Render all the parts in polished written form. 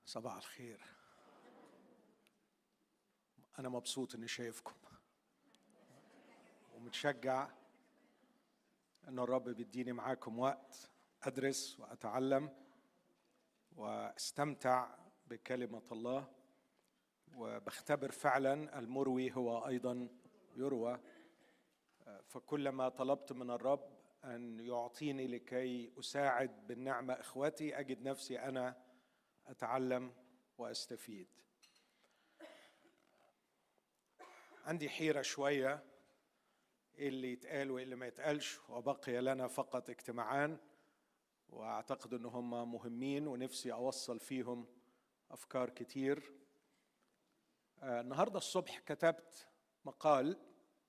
صباح الخير. أنا مبسوط إني شايفكم ومتشجع إن الرب بيديني معاكم وقت أدرس وأتعلم واستمتع بكلمة الله، وبختبر فعلا المروي هو أيضا يروى. فكلما طلبت من الرب أن يعطيني لكي أساعد بالنعمة إخوتي أجد نفسي أنا أتعلم وأستفيد. عندي حيرة شوية إيه اللي يتقال وإيه اللي ما يتقالش، وبقي لنا فقط اجتماعان وأعتقد أن هم مهمين ونفسي أوصل فيهم أفكار كتير. النهاردة الصبح كتبت مقال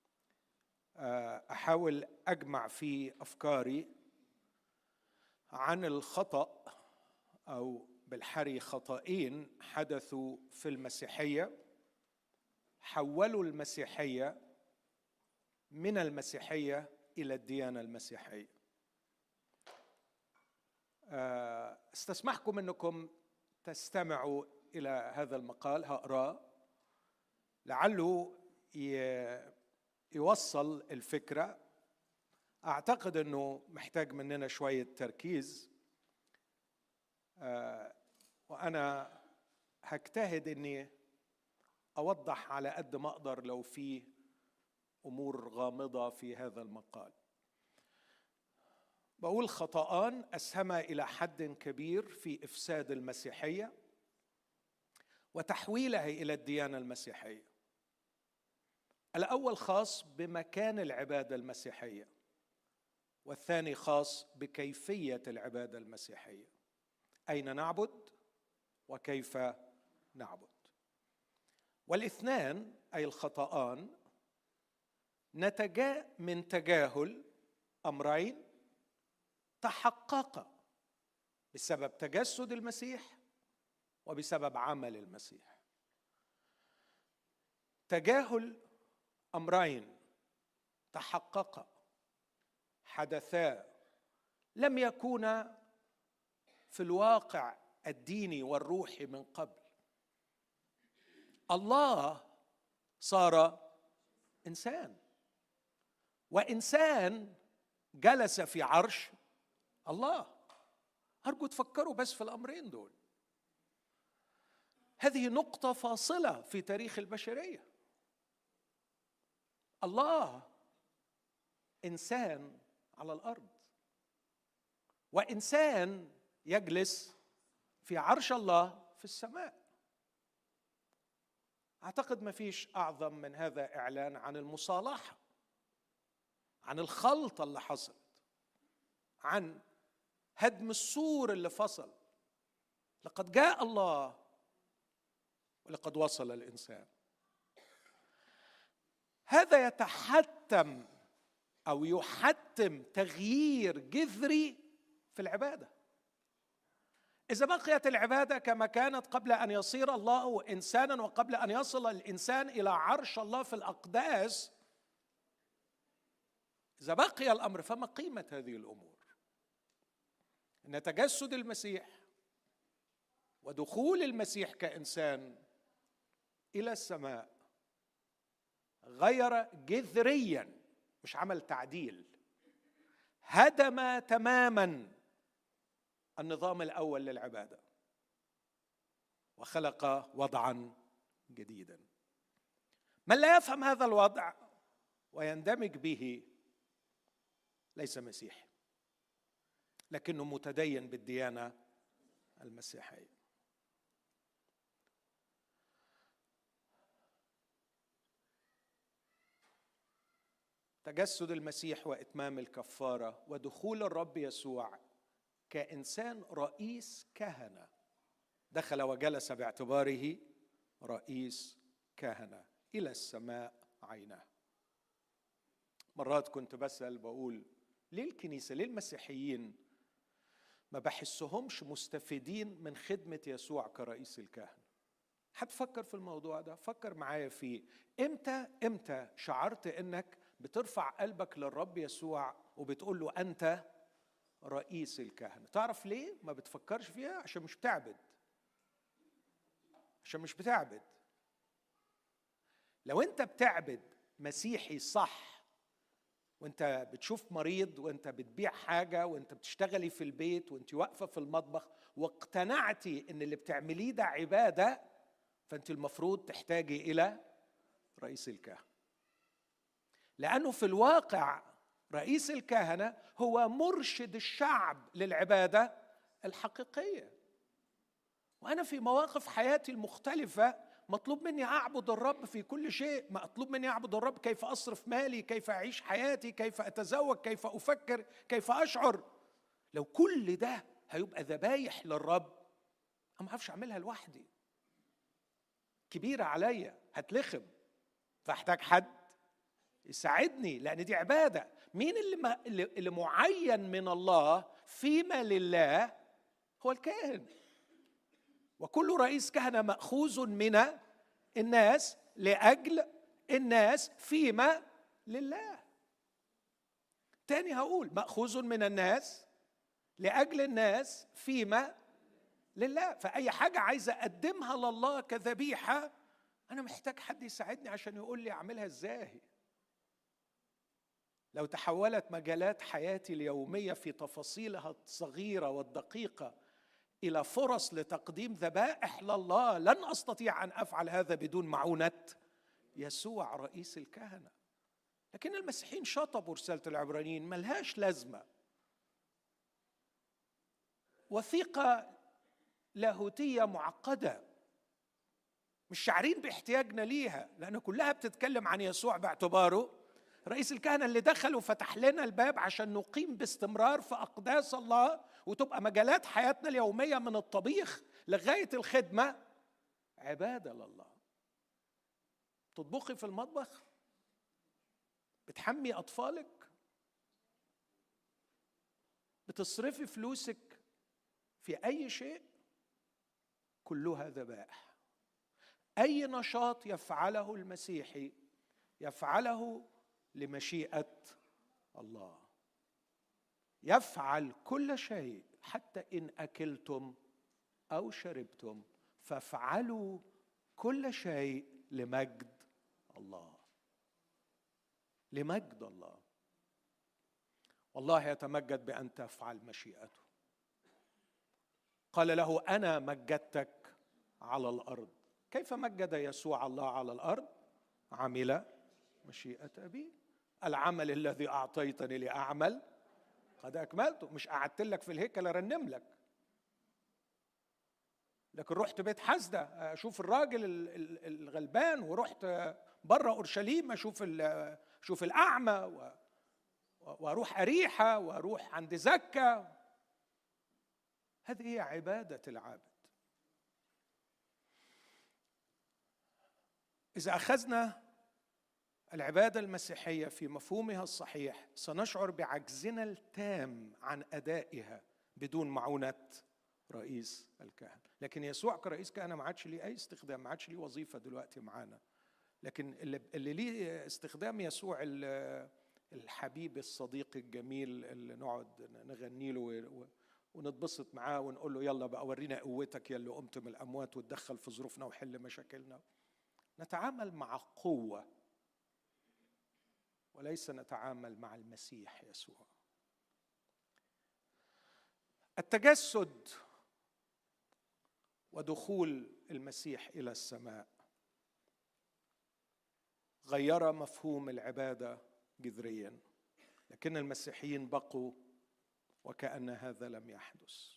أحاول أجمع فيه أفكاري عن الخطأ، أو بالحري خطأين حدثوا في المسيحية، حولوا المسيحية من المسيحية إلى الديانة المسيحية. استسمحكم أنكم تستمعوا إلى هذا المقال، هقراه لعله يوصل الفكرة. أعتقد أنه محتاج مننا شوية تركيز، وأنا هجتهد أني أوضح على قد ما أقدر لو في أمور غامضة في هذا المقال. بقول خطأان أسهما إلى حد كبير في إفساد المسيحية وتحويلها إلى الديانة المسيحية. الأول خاص بمكان العبادة المسيحية، والثاني خاص بكيفية العبادة المسيحية، أين نعبد وكيف نعبد. والاثنان أي الخطأان نتجا من تجاهل أمرين تحققا بسبب تجسد المسيح وبسبب عمل المسيح. تجاهل أمرين تحققا حدثا لم يكونا في الواقع الديني والروحي من قبل. الله صار إنسان، وإنسان جلس في عرش الله. أرجو تفكروا بس في الأمرين دول. هذه نقطة فاصلة في تاريخ البشرية. الله إنسان على الأرض، وإنسان يجلس في عرش الله في السماء. أعتقد ما فيش أعظم من هذا إعلان عن المصالحة، عن الخلطة اللي حصلت، عن هدم السور اللي فصل. لقد جاء الله ولقد وصل الإنسان. هذا يتحتم أو يحتم تغيير جذري في العبادة. إذا بقيت العبادة كما كانت قبل أن يصير الله إنسانا وقبل أن يصل الإنسان إلى عرش الله في الأقداس، إذا بقي الأمر فما قيمة هذه الأمور؟ إن تجسد المسيح ودخول المسيح كإنسان إلى السماء غير جذريا، مش عمل تعديل، هدم تماما النظام الأول للعبادة وخلق وضعا جديدا. من لا يفهم هذا الوضع ويندمج به ليس مسيحي، لكنه متدين بالديانة المسيحية. تجسد المسيح وإتمام الكفارة ودخول الرب يسوع كإنسان رئيس كهنة، دخل وجلس باعتباره رئيس كهنة إلى السماء عينه. مرات كنت بسأل بقول ليه الكنيسة، ليه المسيحيين ما بحسهمش مستفيدين من خدمة يسوع كرئيس الكهنة؟ حد فكر في الموضوع ده؟ فكر معايا فيه. امتى شعرت انك بترفع قلبك للرب يسوع وبتقول له أنت رئيس الكهنة؟ تعرف ليه ما بتفكرش فيها؟ عشان مش بتعبد. عشان مش بتعبد. لو انت بتعبد مسيحي صح، وانت بتشوف مريض، وانت بتبيع حاجة، وانت بتشتغلي في البيت، وانت واقفة في المطبخ، واقتنعتي ان اللي بتعمليه ده عبادة، فانت المفروض تحتاجي الى رئيس الكهنة. لانه في الواقع رئيس الكهنة هو مرشد الشعب للعبادة الحقيقية. وأنا في مواقف حياتي المختلفة مطلوب مني أعبد الرب في كل شيء. مطلوب مني أعبد الرب كيف أصرف مالي، كيف أعيش حياتي، كيف أتزوج، كيف أفكر، كيف أشعر. لو كل ده هيبقى ذبايح للرب، أنا ما أعرفش أعملها لوحدي، كبيرة عليا، هتلخم، فأحتاج حد يساعدني، لأن دي عبادة. مين اللي معين من الله فيما لله؟ هو الكاهن. وكل رئيس كهنة مأخوذ من الناس لأجل الناس فيما لله. تاني هقول مأخوذ من الناس لأجل الناس فيما لله. فأي حاجة عايزة أقدمها لله كذبيحة، أنا محتاج حد يساعدني عشان يقول لي أعملها إزاي. لو تحولت مجالات حياتي اليومية في تفاصيلها الصغيرة والدقيقة إلى فرص لتقديم ذبائح لله، لن أستطيع أن أفعل هذا بدون معونة يسوع رئيس الكهنة. لكن المسيحيين شطبوا رسالة العبرانيين، ملهاش لازمة. وثيقة لاهوتية معقدة، مش شاعرين باحتياجنا ليها، لأن كلها بتتكلم عن يسوع باعتباره رئيس الكهنة اللي دخل وفتح لنا الباب عشان نقيم باستمرار في أقداس الله، وتبقى مجالات حياتنا اليومية من الطبيخ لغاية الخدمة عبادة لله. تطبخي في المطبخ، بتحمي أطفالك، بتصرفي فلوسك في أي شيء، كلها ذبائح. أي نشاط يفعله المسيحي يفعله لمشيئة الله. يفعل كل شيء، حتى إن أكلتم أو شربتم فافعلوا كل شيء لمجد الله. لمجد الله. والله يتمجد بأن تفعل مشيئته. قال له أنا مجدتك على الأرض. كيف مجد يسوع الله على الأرض؟ عمل مشيئة أبي. العمل الذي أعطيتني لأعمل قد أكملته. مش قعدت لك في الهيكل أرنم لك، لكن رحت بيت حسدة أشوف الراجل الغلبان، ورحت برا أورشليم أشوف الأعمى، وأروح أريحة، وأروح عند زكا. هذه هي عبادة العابد. إذا أخذنا العبادة المسيحية في مفهومها الصحيح، سنشعر بعجزنا التام عن أدائها بدون معونة رئيس الكهنة. لكن يسوع كرئيس كهنة ما عادش ليه أي استخدام، ما عادش ليه وظيفة دلوقتي معانا. لكن اللي ليه استخدام يسوع الحبيب الصديق الجميل اللي نقعد نغني له ونتبسط معاه ونقول له يلا بقى ورينا قوتك يا اللي قمت من الأموات وتدخل في ظروفنا وحل مشاكلنا. نتعامل مع قوة وليس نتعامل مع المسيح يسوع. التجسد ودخول المسيح إلى السماء غير مفهوم العبادة جذريا، لكن المسيحيين بقوا وكأن هذا لم يحدث.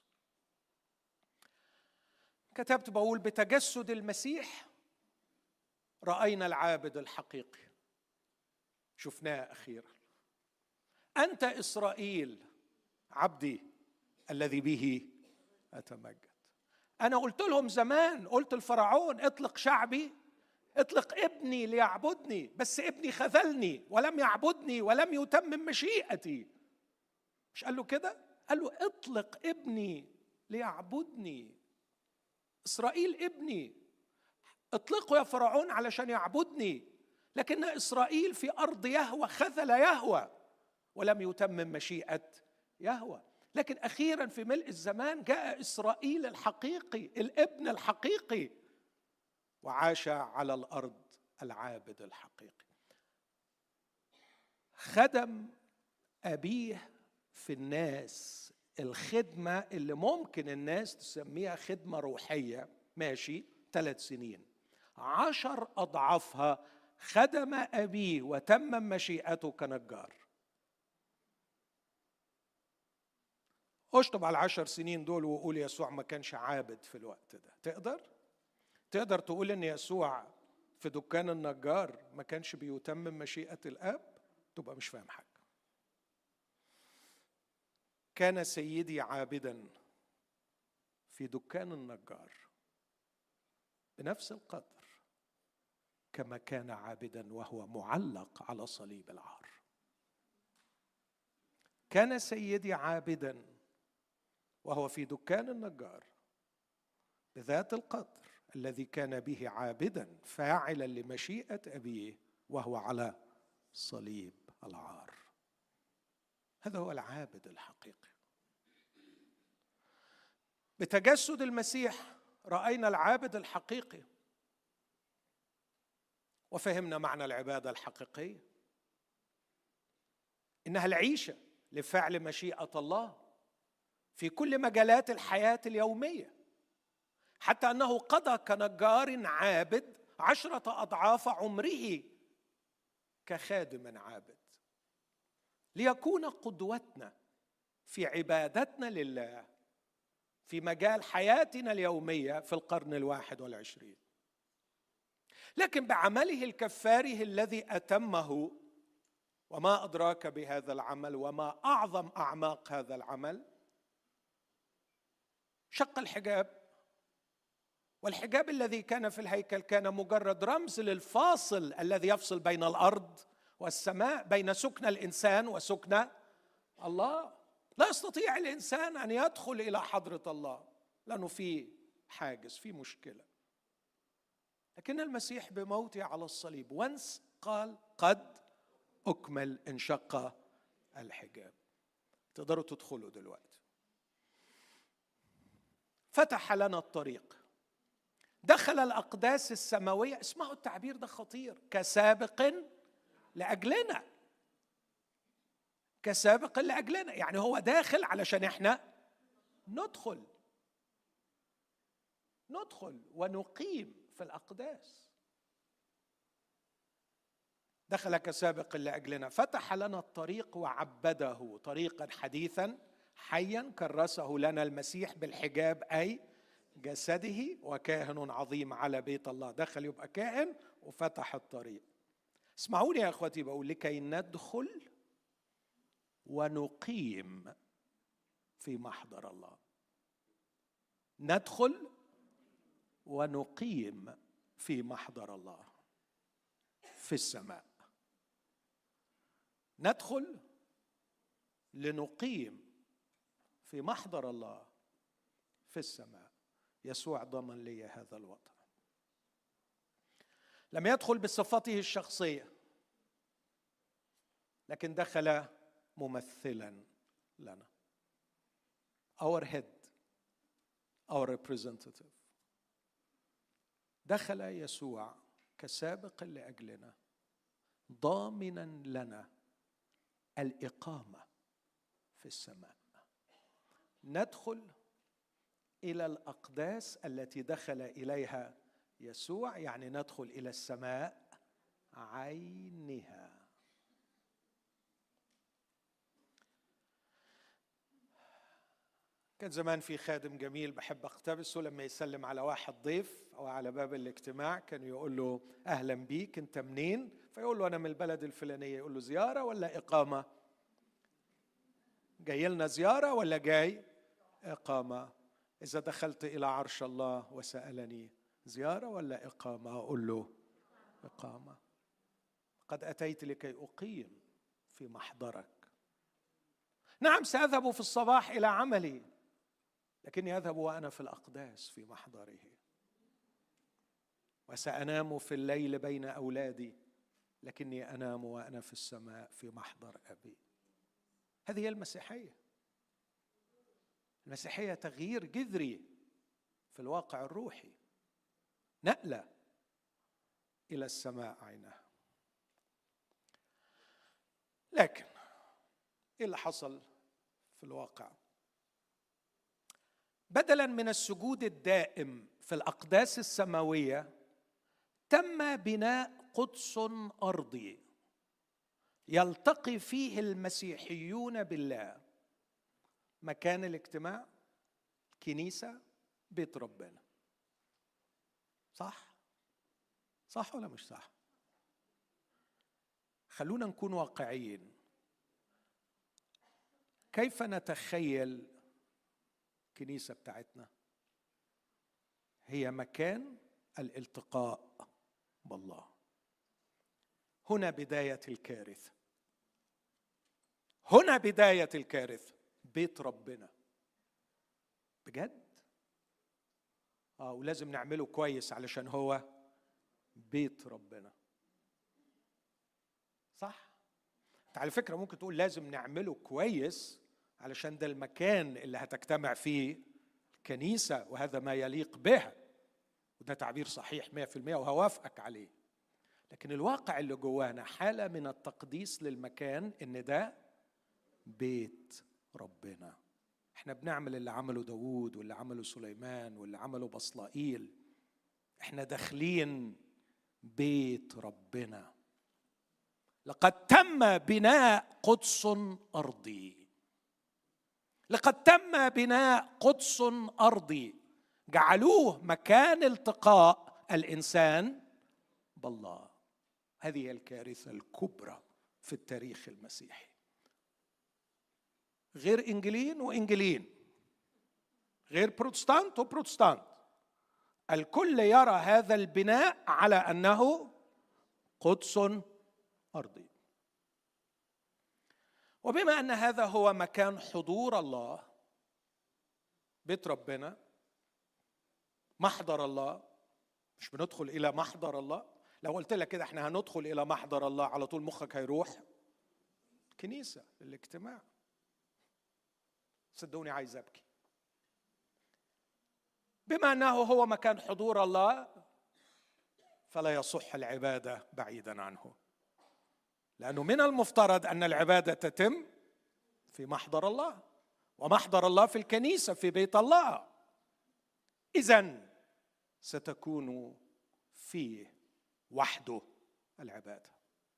كتبت بقول بتجسد المسيح رأينا العابد الحقيقي، شفناه أخيرا. أنت إسرائيل عبدي الذي به أتمجد. أنا قلت لهم زمان، قلت الفرعون اطلق شعبي، اطلق ابني ليعبدني، بس ابني خذلني ولم يعبدني ولم يتمم مشيئتي. مش قال له كده؟ قال له اطلق ابني ليعبدني. إسرائيل ابني، اطلقوا يا فرعون علشان يعبدني. لكن إسرائيل في أرض يهوه خذل يهوه ولم يتمم مشيئة يهوه. لكن أخيرا في ملء الزمان جاء إسرائيل الحقيقي، الابن الحقيقي وعاش على الأرض العابد الحقيقي. خدم أبيه في الناس الخدمة اللي ممكن الناس تسميها خدمة روحية، ماشي 3 سنين، 10 أضعافها خدم أبيه وتمم مشيئته كنجار. اشطب على 10 سنين دول وقول يسوع ما كانش عابد في الوقت ده. تقدر تقول ان يسوع في دكان النجار ما كانش بيتمم مشيئة الآب؟ تبقى مش فاهم حاجة. كان سيدي عابدا في دكان النجار بنفس القدر كما كان عابدا وهو معلق على صليب العار. كان سيدي عابدا وهو في دكان النجار بذات القدر الذي كان به عابدا فاعلا لمشيئة أبيه وهو على صليب العار. هذا هو العابد الحقيقي. بتجسد المسيح رأينا العابد الحقيقي وفهمنا معنى العبادة الحقيقية، إنها العيشة لفعل مشيئة الله في كل مجالات الحياة اليومية، حتى أنه قضى كنجار عابد 10 أضعاف عمره كخادم عابد، ليكون قدوتنا في عبادتنا لله في مجال حياتنا اليومية في القرن 21. لكن بعمله الكفاري الذي أتمه، وما أدراك بهذا العمل وما أعظم أعماق هذا العمل، شق الحجاب. والحجاب الذي كان في الهيكل كان مجرد رمز للفاصل الذي يفصل بين الأرض والسماء، بين سكن الإنسان وسكن الله. لا يستطيع الإنسان أن يدخل إلى حضرة الله لأنه في حاجز، في مشكلة. لكن المسيح بموته على الصليب وانس قال قد أكمل، انشق الحجاب. تقدروا تدخلوا دلوقتي. فتح لنا الطريق، دخل الأقداس السماوية. اسمعوا التعبير ده خطير، كسابق لأجلنا. كسابق لأجلنا، يعني هو داخل علشان احنا ندخل ونقيم في الأقداس. دخل كسابق لأجلنا، فتح لنا الطريق وعبده طريقا حديثا حيا كرسه لنا المسيح بالحجاب، أي جسده، وكاهن عظيم على بيت الله. دخل يبقى كاهن وفتح الطريق. اسمعوني يا أخوتي، بقول لكي ندخل ونقيم في محضر الله. ندخل ونقيم في محضر الله في السماء. ندخل لنقيم في محضر الله في السماء. يسوع ضمن لي هذا الوضع. لم يدخل بصفته الشخصية، لكن دخل ممثلا لنا. Our head, our representative. دخل يسوع كسابق لأجلنا ضامنا لنا الإقامة في السماء. ندخل إلى الأقداس التي دخل إليها يسوع، يعني ندخل إلى السماء عينها. كان زمان في خادم جميل بحب اقتبسه، لما يسلم على واحد ضيف او على باب الاجتماع كان يقول له اهلا بيك، انت منين؟ فيقول له انا من البلد الفلانيه. يقول له زياره ولا اقامه؟ جاي لنا زياره ولا جاي اقامه؟ اذا دخلت الى عرش الله وسالني زياره ولا اقامه، اقول له اقامه. قد اتيت لكي اقيم في محضرك. نعم ساذهب في الصباح الى عملي، لكني أذهب وأنا في الأقداس في محضره. وسأنام في الليل بين أولادي، لكني أنام وأنا في السماء في محضر أبي. هذه هي المسيحية. المسيحية تغيير جذري في الواقع الروحي، نقلة إلى السماء عينها. لكن إيه اللي حصل في الواقع؟ بدلاً من السجود الدائم في الأقداس السماوية، تم بناء قدس أرضي يلتقي فيه المسيحيون بالله، مكان الاجتماع، كنيسة، بيت ربنا. صح؟ صح ولا مش صح؟ خلونا نكون واقعيين. كيف نتخيل الكنيسة بتاعتنا؟ هي مكان الالتقاء بالله. هنا بداية الكارثة، هنا بداية الكارثة. بيت ربنا بجد؟ ولازم نعمله كويس علشان هو بيت ربنا. صح؟ على فكرة ممكن تقول لازم نعمله كويس علشان ده المكان اللي هتجتمع فيه الكنيسة وهذا ما يليق بها، وده تعبير صحيح 100% وهوافقك عليه. لكن الواقع اللي جوانا حالة من التقديس للمكان، إن ده بيت ربنا. احنا بنعمل اللي عمله داود واللي عمله سليمان واللي عمله بصلائيل. احنا داخلين بيت ربنا. لقد تم بناء قدس أرضي، لقد تم بناء قدس أرضي جعلوه مكان التقاء الإنسان بالله. هذه هي الكارثة الكبرى في التاريخ المسيحي. غير إنجيلين وإنجيلين، غير بروتستانت وبروتستانت، الكل يرى هذا البناء على أنه قدس أرضي. وبما أن هذا هو مكان حضور الله، بيت ربنا، محضر الله، مش بندخل إلى محضر الله. لو قلت لك كده احنا هندخل إلى محضر الله، على طول مخك هيروح كنيسة للاجتماع. صدقوني عايز أبكي. بما أنه هو مكان حضور الله، فلا يصح العبادة بعيدا عنه، لأنه من المفترض أن العبادة تتم في محضر الله، ومحضر الله في الكنيسة في بيت الله. إذن ستكون فيه وحده العبادة.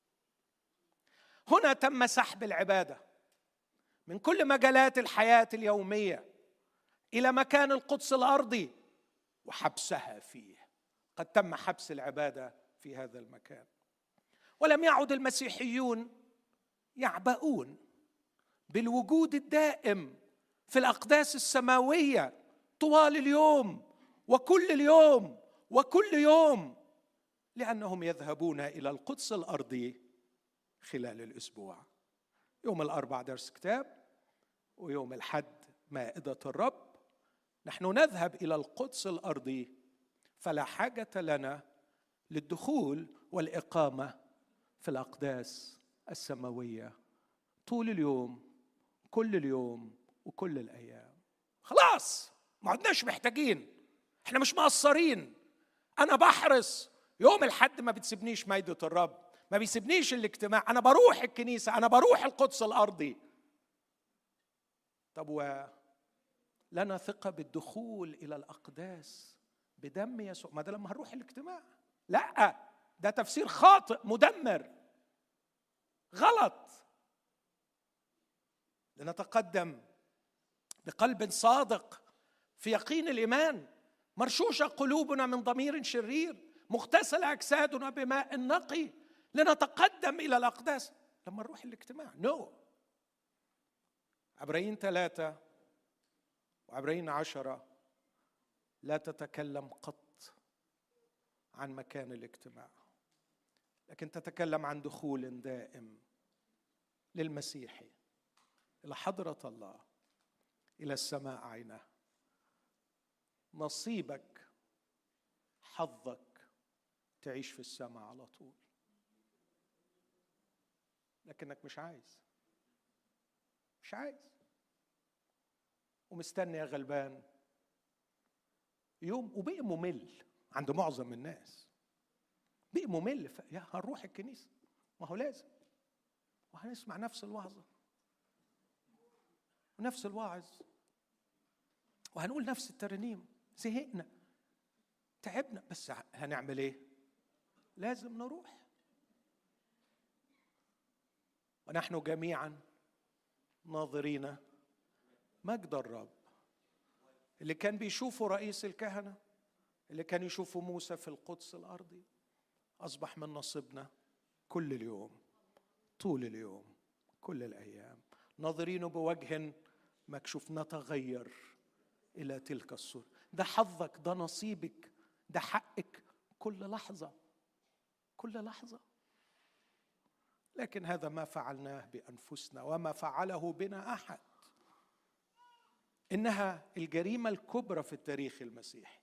هنا تم سحب العبادة من كل مجالات الحياة اليومية إلى مكان القدس الأرضي وحبسها فيه. قد تم حبس العبادة في هذا المكان، ولم يعد المسيحيون يعبؤون بالوجود الدائم في الأقداس السماوية طوال اليوم وكل اليوم وكل يوم، لأنهم يذهبون إلى القدس الأرضي خلال الأسبوع. يوم الأربعاء درس كتاب، ويوم الأحد مائدة الرب. نحن نذهب إلى القدس الأرضي، فلا حاجة لنا للدخول والإقامة في الأقداس السماوية طول اليوم كل اليوم وكل الأيام. خلاص ما عدناش محتاجين، احنا مش مقصرين. أنا بحرص يوم الحد ما بتسيبنيش مائدة الرب، ما بيسيبنيش الاجتماع، أنا بروح الكنيسة، أنا بروح القدس الأرضي. طب ولنا ثقة بالدخول إلى الأقداس بدم يسوع؟ ما ده لما هنروح الاجتماع. لا، ده تفسير خاطئ مدمر غلط. لنتقدم بقلب صادق في يقين الإيمان، مرشوشة قلوبنا من ضمير شرير، مغتسل أجسادنا بماء نقي، لنتقدم إلى الأقداس لما نروح الاجتماع. عبرين 3 وعبرين 10 لا تتكلم قط عن مكان الاجتماع، لكن تتكلم عن دخول دائم للمسيحي إلى حضرة الله، إلى السماء عينه. نصيبك، حظك تعيش في السماء على طول، لكنك مش عايز ومستني يا غلبان يوم، وبقى ممل عند معظم الناس. بقي ممل، يا هنروح الكنيسة، ما هو لازم، وهنسمع نفس الوعظة ونفس الواعظ وهنقول نفس الترنيم، زهقنا تعبنا، بس هنعمل ايه؟ لازم نروح. ونحن جميعا ناظرين مجد الرب. اللي كان بيشوفه رئيس الكهنة، اللي كان يشوفه موسى في القدس الأرضي، أصبح من نصيبنا كل اليوم، طول اليوم، كل الأيام، ناظرين بوجه مكشوف نتغير إلى تلك الصورة. ده حظك، ده نصيبك، ده حقك كل لحظة، كل لحظة. لكن هذا ما فعلناه بأنفسنا وما فعله بنا أحد. إنها الجريمة الكبرى في التاريخ المسيحي.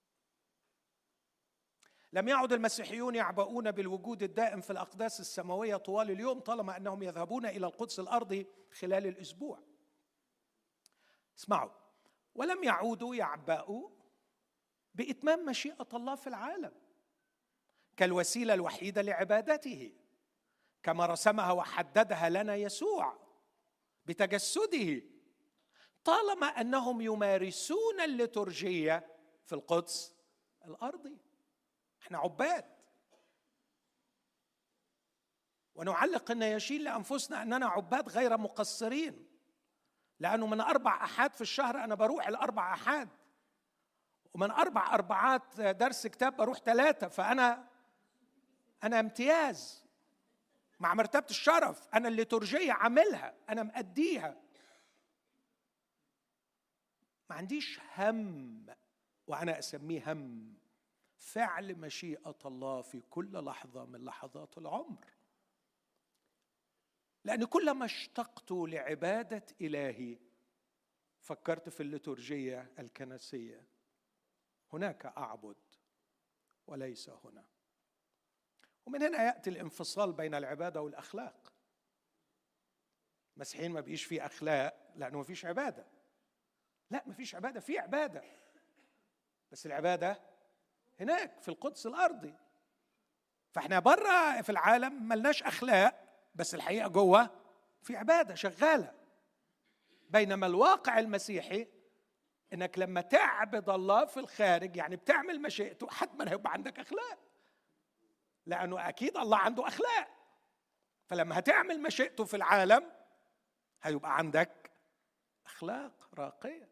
لم يعد المسيحيون يعبؤون بالوجود الدائم في الأقداس السماوية طوال اليوم، طالما أنهم يذهبون إلى القدس الأرضي خلال الأسبوع. اسمعوا، ولم يعودوا يعبأوا بإتمام مشيئة الله في العالم كالوسيلة الوحيدة لعبادته، كما رسمها وحددها لنا يسوع بتجسده، طالما أنهم يمارسون الليتورجية في القدس الأرضي. احنا عباد، ونعلق النياشين لأنفسنا أننا عباد غير مقصرين، لأنه من 4 أحاد في الشهر أنا بروح 4 أحاد، ومن 4 أربعات درس كتاب بروح 3، فأنا امتياز مع مرتبة الشرف. أنا الليتورجية عاملها، أنا مأديها، ما عنديش هم، وأنا أسميه هم فعل مشيئة الله في كل لحظة من لحظات العمر. لأن كلما اشتقت لعبادة إلهي فكرت في الليتورجية الكنسية، هناك أعبد وليس هنا. ومن هنا يأتي الانفصال بين العبادة والأخلاق. المسيحيين ما بيش فيه أخلاق لأنه ما فيش عبادة. لا، ما فيش عبادة، في عبادة، بس العبادة هناك في القدس الأرضي. فإحنا برا في العالم ملناش أخلاق، بس الحقيقة جوه في عبادة شغالة. بينما الواقع المسيحي إنك لما تعبد الله في الخارج، يعني بتعمل مشيئته، حتما هيبقى عندك أخلاق، لأنه أكيد الله عنده أخلاق. فلما هتعمل مشيئته في العالم هيبقى عندك أخلاق راقية.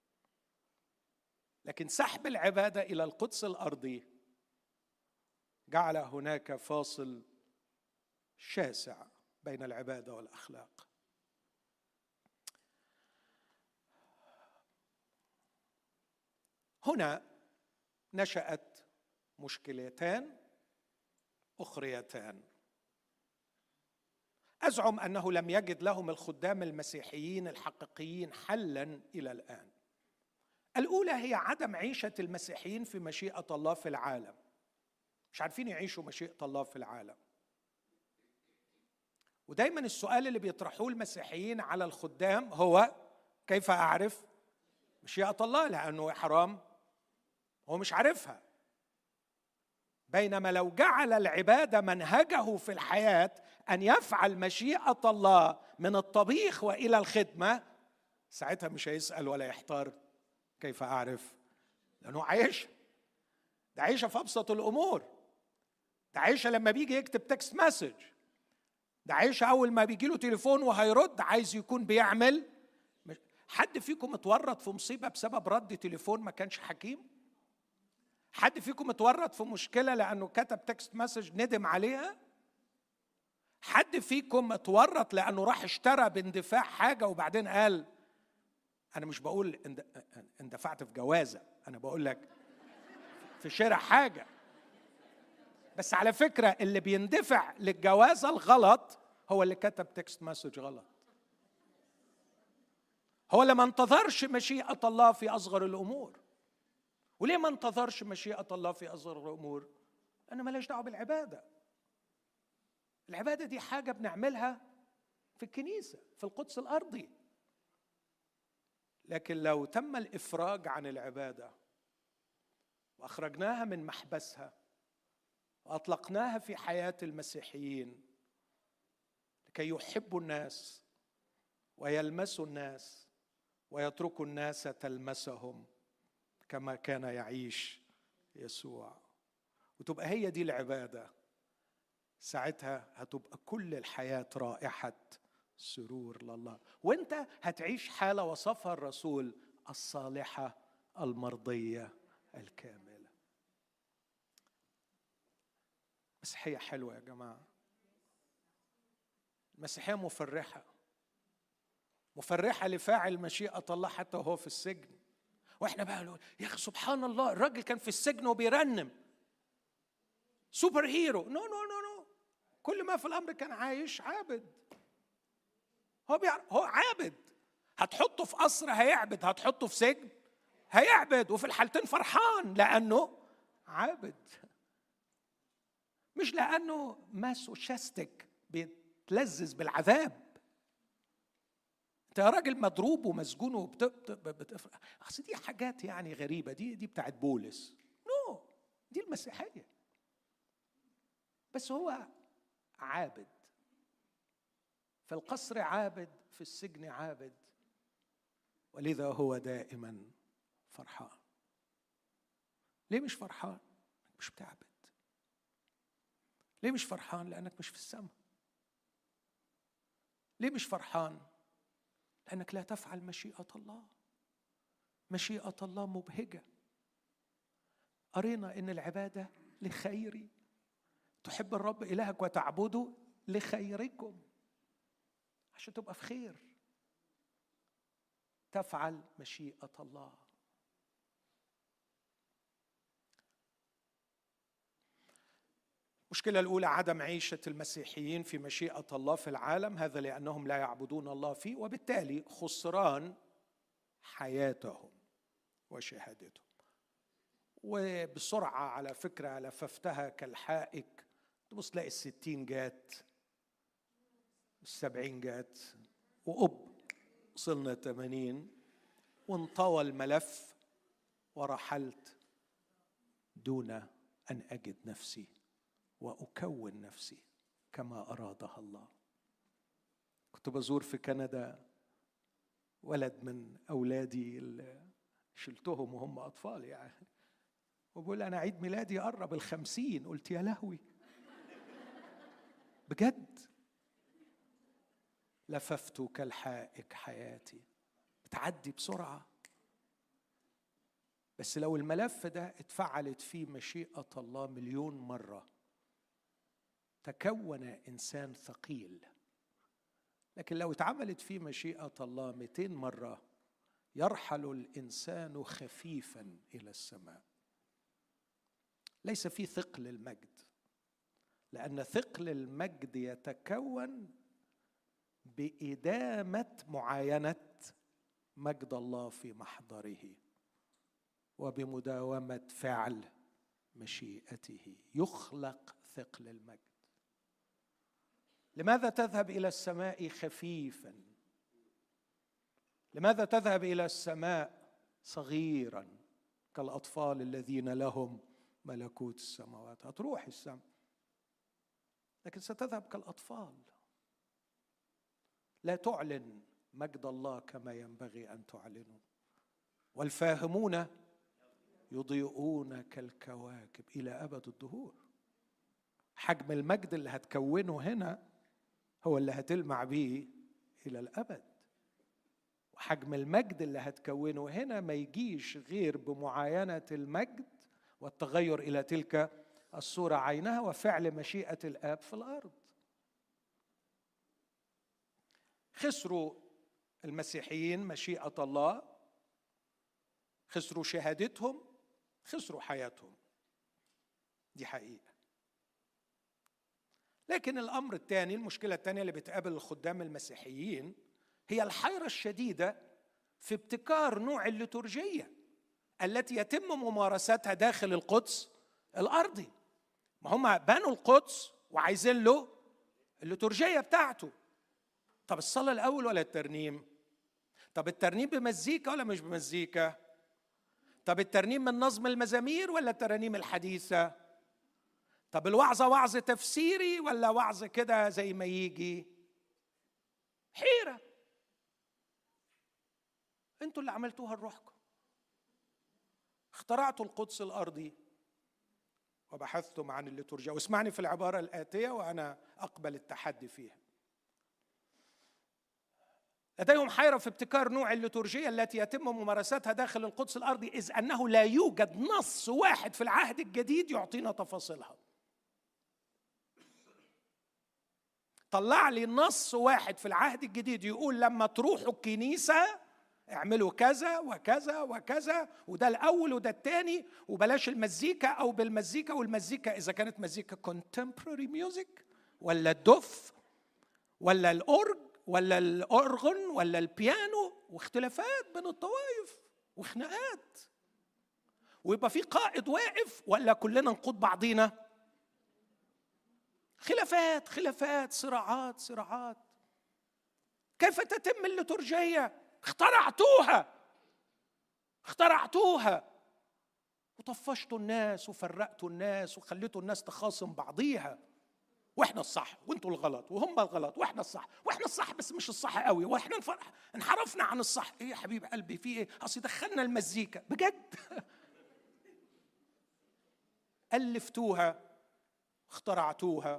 لكن سحب العبادة إلى القدس الأرضي جعل هناك فاصل شاسع بين العبادة والأخلاق. هنا نشأت مشكلتان أخريتان أزعم أنه لم يجد لهم الخدام المسيحيين الحقيقيين حلاً إلى الآن. الأولى هي عدم عيشة المسيحيين في مشيئة الله في العالم. مش عارفين يعيشوا مشيئة الله في العالم. ودايما السؤال اللي بيطرحوه المسيحيين على الخدام هو: كيف أعرف مشيئة الله؟ لأنه حرام هو مش عارفها. بينما لو جعل العبادة منهجه في الحياة، أن يفعل مشيئة الله من الطبيخ وإلى الخدمة، ساعتها مش هيسأل ولا يحتار كيف أعرف، لأنه عايش. ده عايشة في أبسط الأمور. ده عايشة لما بيجي يكتب تكست مسج. ده عايشة أول ما بيجي له تليفون وهيرد عايز يكون بيعمل. حد فيكم اتورط في مصيبة بسبب رد تليفون ما كانش حكيم؟ حد فيكم اتورط في مشكلة لأنه كتب تكست مسج ندم عليها؟ حد فيكم اتورط لأنه راح اشترى باندفاع حاجة وبعدين قال، أنا مش بقول اندفعت في جوازة، أنا بقول لك في شراء حاجة. بس على فكرة اللي بيندفع للجوازة الغلط هو اللي كتب تكست مسج غلط. هو اللي ما انتظرش مشيئة الله في أصغر الأمور. وليه ما انتظرش مشيئة الله في أصغر الأمور؟ أنا ماليش دعوة بالعبادة. العبادة دي حاجة بنعملها في الكنيسة في القدس الأرضي. لكن لو تم الإفراج عن العبادة وأخرجناها من محبسها وأطلقناها في حياة المسيحيين لكي يحبوا الناس ويلمسوا الناس ويتركوا الناس تلمسهم كما كان يعيش يسوع. وتبقى هي دي العبادة، ساعتها هتبقى كل الحياة رائحة سرور لله، وانت هتعيش حالة وصفها الرسول الصالحة المرضية الكاملة. المسيحية حلوة يا جماعة، المسيحية مفرحة لفاعل مشيئة الله حتى وهو في السجن. واحنا بقى نقول يا اخي سبحان الله، الراجل كان في السجن وبيرنم سوبر هيرو. نو نو نو نو، كل ما في الامر كان عايش عابد. هو عابد. هتحطه في قصر هيعبد، هتحطه في سجن هيعبد، وفي الحالتين فرحان لانه عابد، مش لانه ماسوشاستيك بيتلذذ بالعذاب. انت يا راجل مضروب ومسجون وبتفرح. اصل دي حاجات يعني غريبه، دي بتاعت بولس. نو، دي المسيحيه. بس هو عابد، في القصر عابد، في السجن عابد، ولذا هو دائما فرحان. ليه مش فرحان؟ مش بتعبد. ليه مش فرحان؟ لأنك مش في السماء. ليه مش فرحان؟ لأنك لا تفعل مشيئة الله. مشيئة الله مبهجة. قرينا إن العبادة لخيري، تحب الرب إلهك وتعبده لخيركم، عشان تبقى في خير، تفعل مشيئة الله. المشكلة الأولى عدم عيشة المسيحيين في مشيئة الله في العالم، هذا لأنهم لا يعبدون الله فيه، وبالتالي خسران حياتهم وشهادتهم. وبسرعة على فكرة لففتها كالحائك، تبص تلاقي 60 جات، 70 جات، وصلنا 80، وانطوى الملف ورحلت دون أن أجد نفسي وأكون نفسي كما أرادها الله. كنت بزور في كندا ولد من أولادي اللي شلتهم وهم أطفال يعني، وبقول أنا عيد ميلادي قرب 50. قلت يا لهوي بجد. لففت كالحائك حياتي، بتعدي بسرعة. بس لو الملف ده اتفعلت فيه مشيئة الله 1,000,000 مرة تكون إنسان ثقيل. لكن لو اتعملت فيه مشيئة الله 200 مرة يرحل الإنسان خفيفا إلى السماء. ليس فيه ثقل المجد، لأن ثقل المجد يتكون بإدامة معاينة مجد الله في محضره وبمداومة فعل مشيئته يخلق ثقل المجد. لماذا تذهب إلى السماء خفيفا؟ لماذا تذهب إلى السماء صغيرا كالأطفال الذين لهم ملكوت السماوات؟ هتروح السماء لكن ستذهب كالأطفال، لا تعلن مجد الله كما ينبغي أن تعلنه. والفاهمون يضيئون كالكواكب إلى أبد الدهور. حجم المجد اللي هتكونه هنا هو اللي هتلمع به إلى الأبد، وحجم المجد اللي هتكونه هنا ما يجيش غير بمعاينة المجد والتغير إلى تلك الصورة عينها وفعل مشيئة الآب في الأرض. خسروا المسيحيين مشيئة الله، خسروا شهادتهم، خسروا حياتهم، دي حقيقة. لكن الأمر الثاني، المشكلة الثانية اللي بتقابل الخدام المسيحيين هي الحيرة الشديدة في ابتكار نوع الليتورجية التي يتم ممارستها داخل القدس الأرضي. ما هم بنوا القدس وعايزين له الليتورجية بتاعته. طب الصلاة الأول ولا الترنيم؟ طب الترنيم بمزيكا ولا مش بمزيكا؟ طب الترنيم من نظم المزامير ولا الترانيم الحديثة؟ طب الوعظة وعظ تفسيري ولا وعظ كده زي ما يجي؟ حيرة. انتوا اللي عملتوها لروحكم، اخترعتوا القدس الأرضي وبحثتم عن الليتورجيا. واسمعني في العبارة الآتية وأنا أقبل التحدي فيها. لديهم حيرة في ابتكار نوع الليتورجية التي يتم ممارستها داخل القدس الأرضي، إذ أنه لا يوجد نص واحد في العهد الجديد يعطينا تفاصيلها. طلع لي نص واحد في العهد الجديد يقول لما تروحوا الكنيسة اعملوا كذا وكذا وكذا، وده الأول وده الثاني، وبلاش المزيكا أو بالمزيكا، والمزيكا إذا كانت مزيكا contemporary music ولا الدف ولا الأورج ولا الأورغن ولا البيانو، واختلافات بين الطوائف وخناقات، ويبقى في قائد واقف ولا كلنا نقود بعضينا. خلافات خلافات، صراعات صراعات. كيف تتم الليتورجية؟ اخترعتوها وطفشتوا الناس وفرقتوا الناس وخليتوا الناس تخاصم بعضيها، واحنا الصح وانتوا الغلط وهم الغلط، واحنا الصح بس مش الصح قوي، واحنا انحرفنا عن الصح. ايه يا حبيب قلبي في ايه؟ اصل دخلنا المزيكا بجد. ألفتوها، اخترعتوها،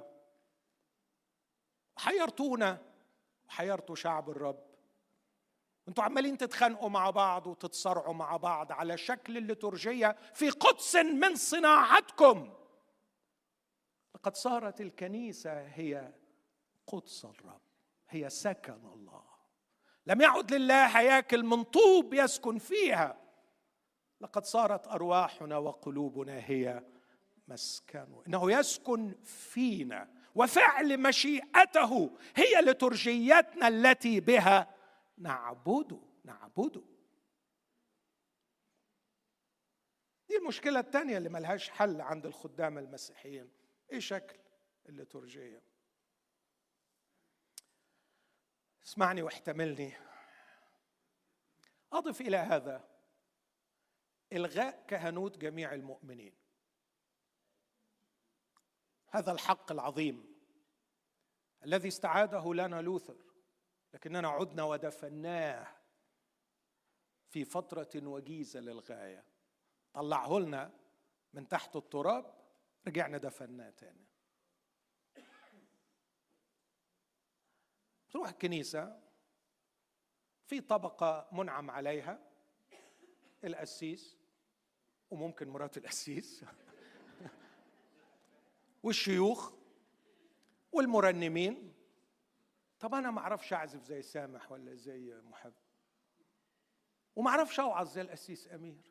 حيرتونا وحيرتوا شعب الرب. انتوا عمالين تتخانقوا مع بعض وتتصارعوا مع بعض على شكل الليتورجية في قدس من صناعتكم. لقد صارت الكنيسة هي قدس الرب، هي سكن الله. لم يعد لله هياكل من طوب يسكن فيها، لقد صارت أرواحنا وقلوبنا هي مسكنه. إنه يسكن فينا، وفعل مشيئته هي لترجيتنا التي بها نعبده. دي المشكلة الثانية اللي ملهاش حل عند الخدام المسيحيين. ايه شكل الليتورجية؟ اسمعني واحتملني. أضف إلى هذا إلغاء كهنوت جميع المؤمنين. هذا الحق العظيم الذي استعاده لنا لوثر، لكننا عدنا ودفناه في فترة وجيزة للغاية. طلعه لنا من تحت التراب، رجعنا دفناه تاني. تروح الكنيسة في طبقة منعم عليها، القسيس وممكن مرات القسيس والشيوخ والمرنمين. طب أنا ما أعرفش أعزف زي سامح ولا زي محب، وما أعرفش أوعظ زي القسيس أمير،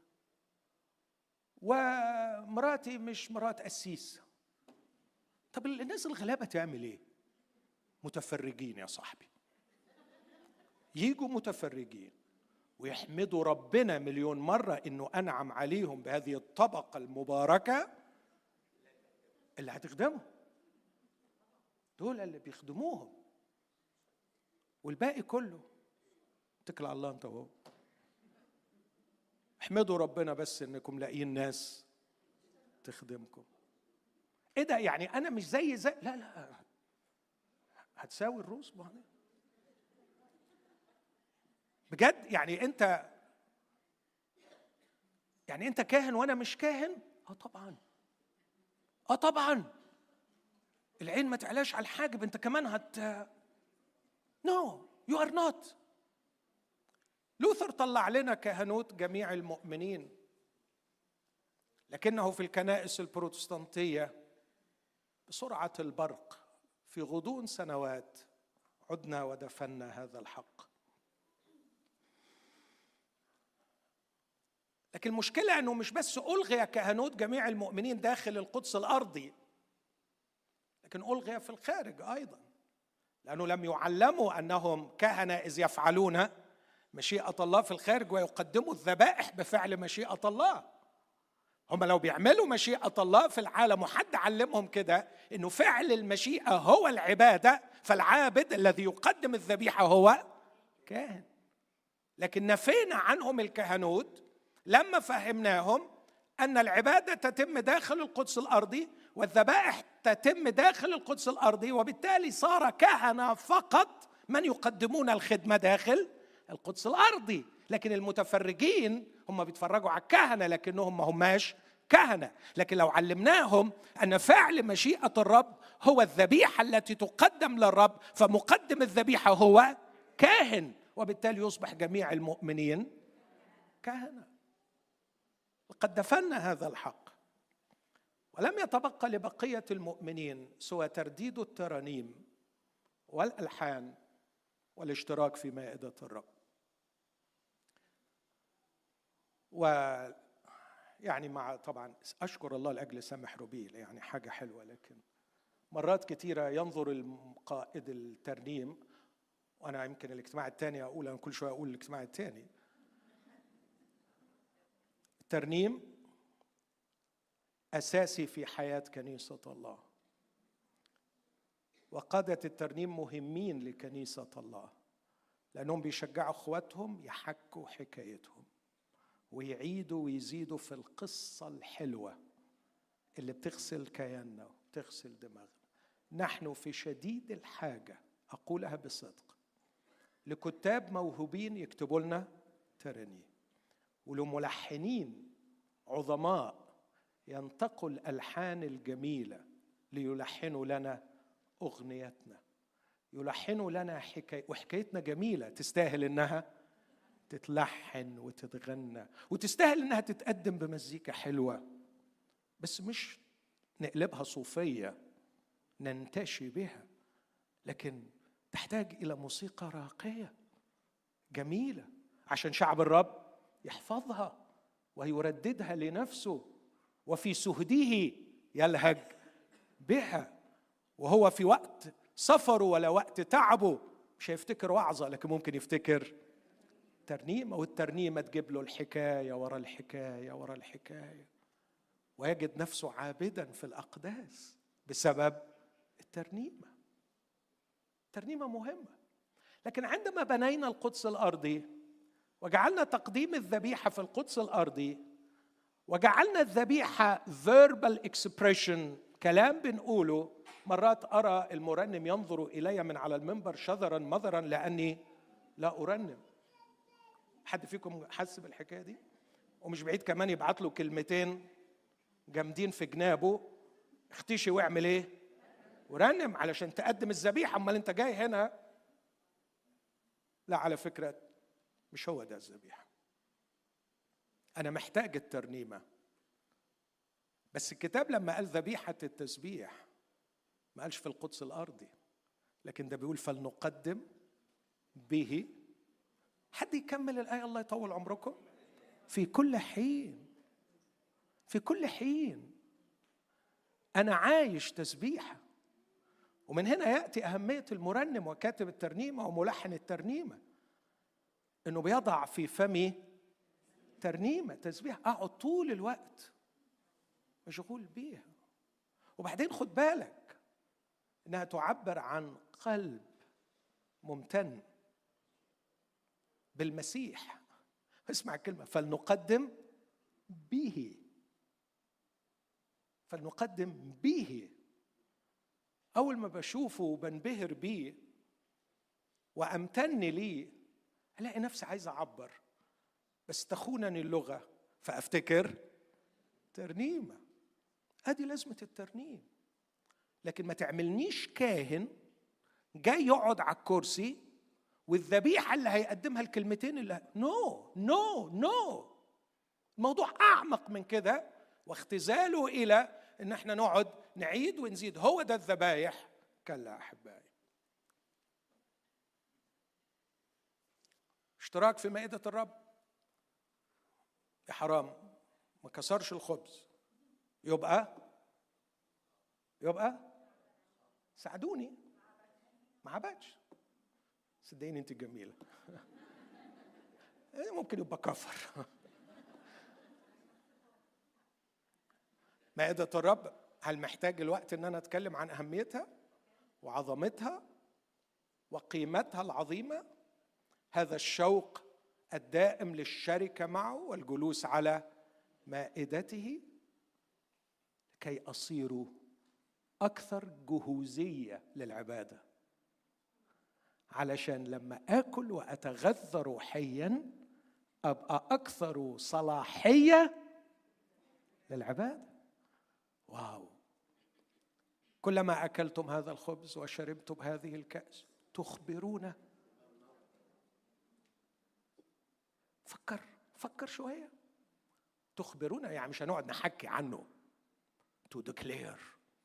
ومراتي مش مرات قسيس. طب الناس الغلابة تعمل إيه؟ متفرجين يا صاحبي، يجوا متفرجين ويحمدوا ربنا مليون مرة إنه أنعم عليهم بهذه الطبقة المباركة اللي هتخدمهم. دول اللي بيخدموهم، والباقي كله اتكل على الله انت وهو. احمدوا ربنا بس انكم لاقيين ناس تخدمكم. ايه ده يعني؟ انا مش زي لا هتساوي الروس بجد. يعني انت كاهن وانا مش كاهن؟ طبعا العين ما تعلاش على الحاجب، انت كمان No, you are not. لوثر طلع لنا كهنوت جميع المؤمنين، لكنه في الكنائس البروتستانتية بسرعة البرق في غضون سنوات عدنا ودفنا هذا الحق. لكن المشكلة أنه مش بس ألغي كهنوت جميع المؤمنين داخل القدس الأرضي، لكن ألغي في الخارج أيضا، لأنه لم يعلموا أنهم كهنة إذ يفعلون مشيئة الله في الخارج ويقدموا الذبائح بفعل مشيئة الله. هم لو بيعملوا مشيئة الله في العالم وحد علمهم كده إنه فعل المشيئة هو العبادة، فالعابد الذي يقدم الذبيحة هو كاهن. لكن نفينا عنهم الكهنوت لما فهمناهم أن العبادة تتم داخل القدس الأرضي والذبائح تتم داخل القدس الأرضي، وبالتالي صار كهنة فقط من يقدمون الخدمة داخل القدس الأرضي. لكن المتفرجين هم بيتفرجوا على الكهنة لكنهم ما هماش كهنة. لكن لو علمناهم أن فعل مشيئة الرب هو الذبيحة التي تقدم للرب، فمقدم الذبيحة هو كاهن، وبالتالي يصبح جميع المؤمنين كهنة. وقد دفنا هذا الحق، ولم يتبقى لبقية المؤمنين سوى ترديد الترانيم والألحان والاشتراك في مائدة الرب. ويعني مع طبعا أشكر الله لأجل سامح روبيل، يعني حاجة حلوة، لكن مرات كتيرة ينظر القائد الترنيم، وأنا يمكن الاجتماع الثاني أقول، أنا كل شوية أقول الاجتماع الثاني، الترنيم أساسي في حياة كنيسة الله، وقادة الترنيم مهمين لكنيسة الله، لأنهم بيشجعوا أخواتهم يحكوا حكايتهم ويعيدوا ويزيدوا في القصة الحلوة اللي بتغسل كياننا وبتغسل دماغنا. نحن في شديد الحاجة، أقولها بصدق، لكتاب موهوبين يكتبوا لنا ترانيم، ولملحنين عظماء ينتقوا الألحان الجميلة ليلحنوا لنا أغنيتنا، يلحنوا لنا وحكايتنا جميلة تستاهل إنها تتلحن وتتغنى، وتستاهل إنها تتقدم بمزيكا حلوة، بس مش نقلبها صوفية ننتشي بها، لكن تحتاج إلى موسيقى راقية جميلة عشان شعب الرب يحفظها ويرددها لنفسه، وفي سهده يلهج بها، وهو في وقت سفره ولا وقت تعبه مش هيفتكر وعظة، لكن ممكن يفتكر ترنيمة، والترنيمة تجيب له الحكاية ورا الحكاية ورا الحكاية، ويجد نفسه عابدا في الأقداس بسبب الترنيمة. الترنيمة مهمة. لكن عندما بنينا القدس الأرضي وجعلنا تقديم الذبيحة في القدس الأرضي، وجعلنا الذبيحة verbal expression، كلام بنقوله، مرات أرى المرنم ينظر إلي من على المنبر شذرا مذرا لأني لا أرنم. حد فيكم حس بالحكاية دي؟ ومش بعيد كمان يبعت له كلمتين جامدين في جنابه، اختشي واعمل ايه؟ ورنم علشان تقدم الذبيحة. امال انت جاي هنا؟ لا، على فكرة مش هو ده الذبيحة. أنا محتاج الترنيمة، بس الكتاب لما قال ذبيحة التسبيح ما قالش في القدس الأرضي، لكن ده بيقول فلنقدم به. حد يكمل الآية الله يطول عمركم؟ في كل حين، في كل حين أنا عايش تسبيحة. ومن هنا يأتي أهمية المرنم وكاتب الترنيمة وملحن الترنيمة، إنه بيضع في فمي ترنيمة تسبيح أقعد طول الوقت مشغول بيها. وبعدين خد بالك إنها تعبر عن قلب ممتن بالمسيح. اسمع الكلمة فلنقدم به، فلنقدم به. أول ما بشوفه وبنبهر بيه وأمتن ليه، ألاقي نفسي عايز أعبر، بس تخونني اللغة فأفتكر ترنيمة. أدي لازمة الترنيم. لكن ما تعملنيش كاهن جاي يقعد على الكرسي والذبيحة اللي هيقدمها الكلمتين اللي نو. الموضوع أعمق من كده، واختزاله إلى إن احنا نقعد نعيد ونزيد. هو ده الذبايح؟ كلا أحبائي. اشتراك في مائدة الرب، يا حرام ما كسرش الخبز، يبقى ساعدوني ما عبدش. صدقيني انت جميلة. ممكن يبقى كفر. مائدة الرب، هل محتاج الوقت ان انا اتكلم عن اهميتها وعظمتها وقيمتها العظيمة؟ هذا الشوق الدائم للشركة معه والجلوس على مائدته كي أصير أكثر جهوزية للعبادة، علشان لما آكل وأتغذى روحيا أبقى أكثر صلاحية للعبادة. واو! كلما أكلتم هذا الخبز وشربتم هذه الكأس تخبرون. فكر شوية. تخبرون يعني مش هنقعد نحكي عنه. to declare.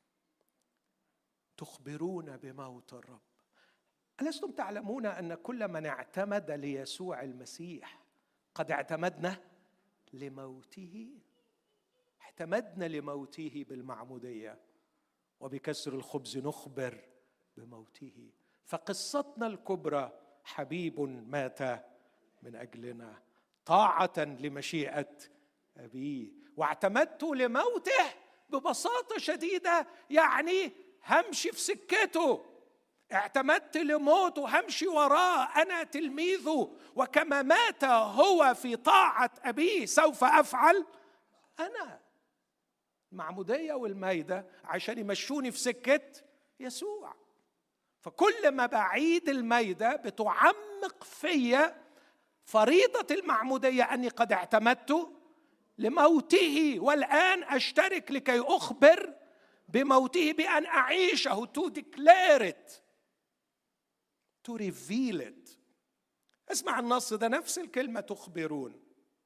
تخبرون بموت الرب. ألستم تعلمون أن كل من اعتمد ليسوع المسيح قد اعتمدنا لموته؟ اعتمدنا لموته بالمعمودية، وبكسر الخبز نخبر بموته. فقصتنا الكبرى حبيب مات من أجلنا طاعة لمشيئة أبيه، واعتمدت لموته. ببساطة شديدة يعني همشي في سكته. اعتمدت لموته، همشي وراه، أنا تلميذه، وكما مات هو في طاعة أبيه سوف أفعل أنا. المعمودية والمائدة عشان يمشوني في سكة يسوع. فكل ما بعيد المائدة بتعمق فيا فريضة المعمودية أني قد اعتمدت لموته، والآن أشترك لكي أخبر بموته بأن أعيشه. to declare it, to reveal it. اسمع النص ده، نفس الكلمة تخبرون.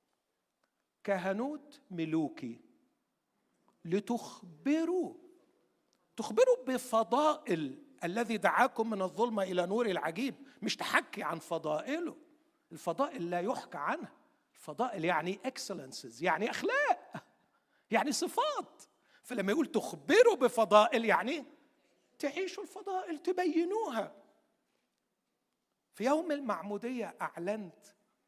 كهنوت ملوكي لتخبروا بفضائل الذي دعاكم من الظلمة إلى نور العجيب. مش تحكي عن فضائله، الفضائل لا يحكى عنها. الفضائل يعني excellences، يعني أخلاق، يعني صفات. فلما يقول تخبروا بفضائل يعني تعيشوا الفضائل، تبينوها. في يوم المعمودية أعلنت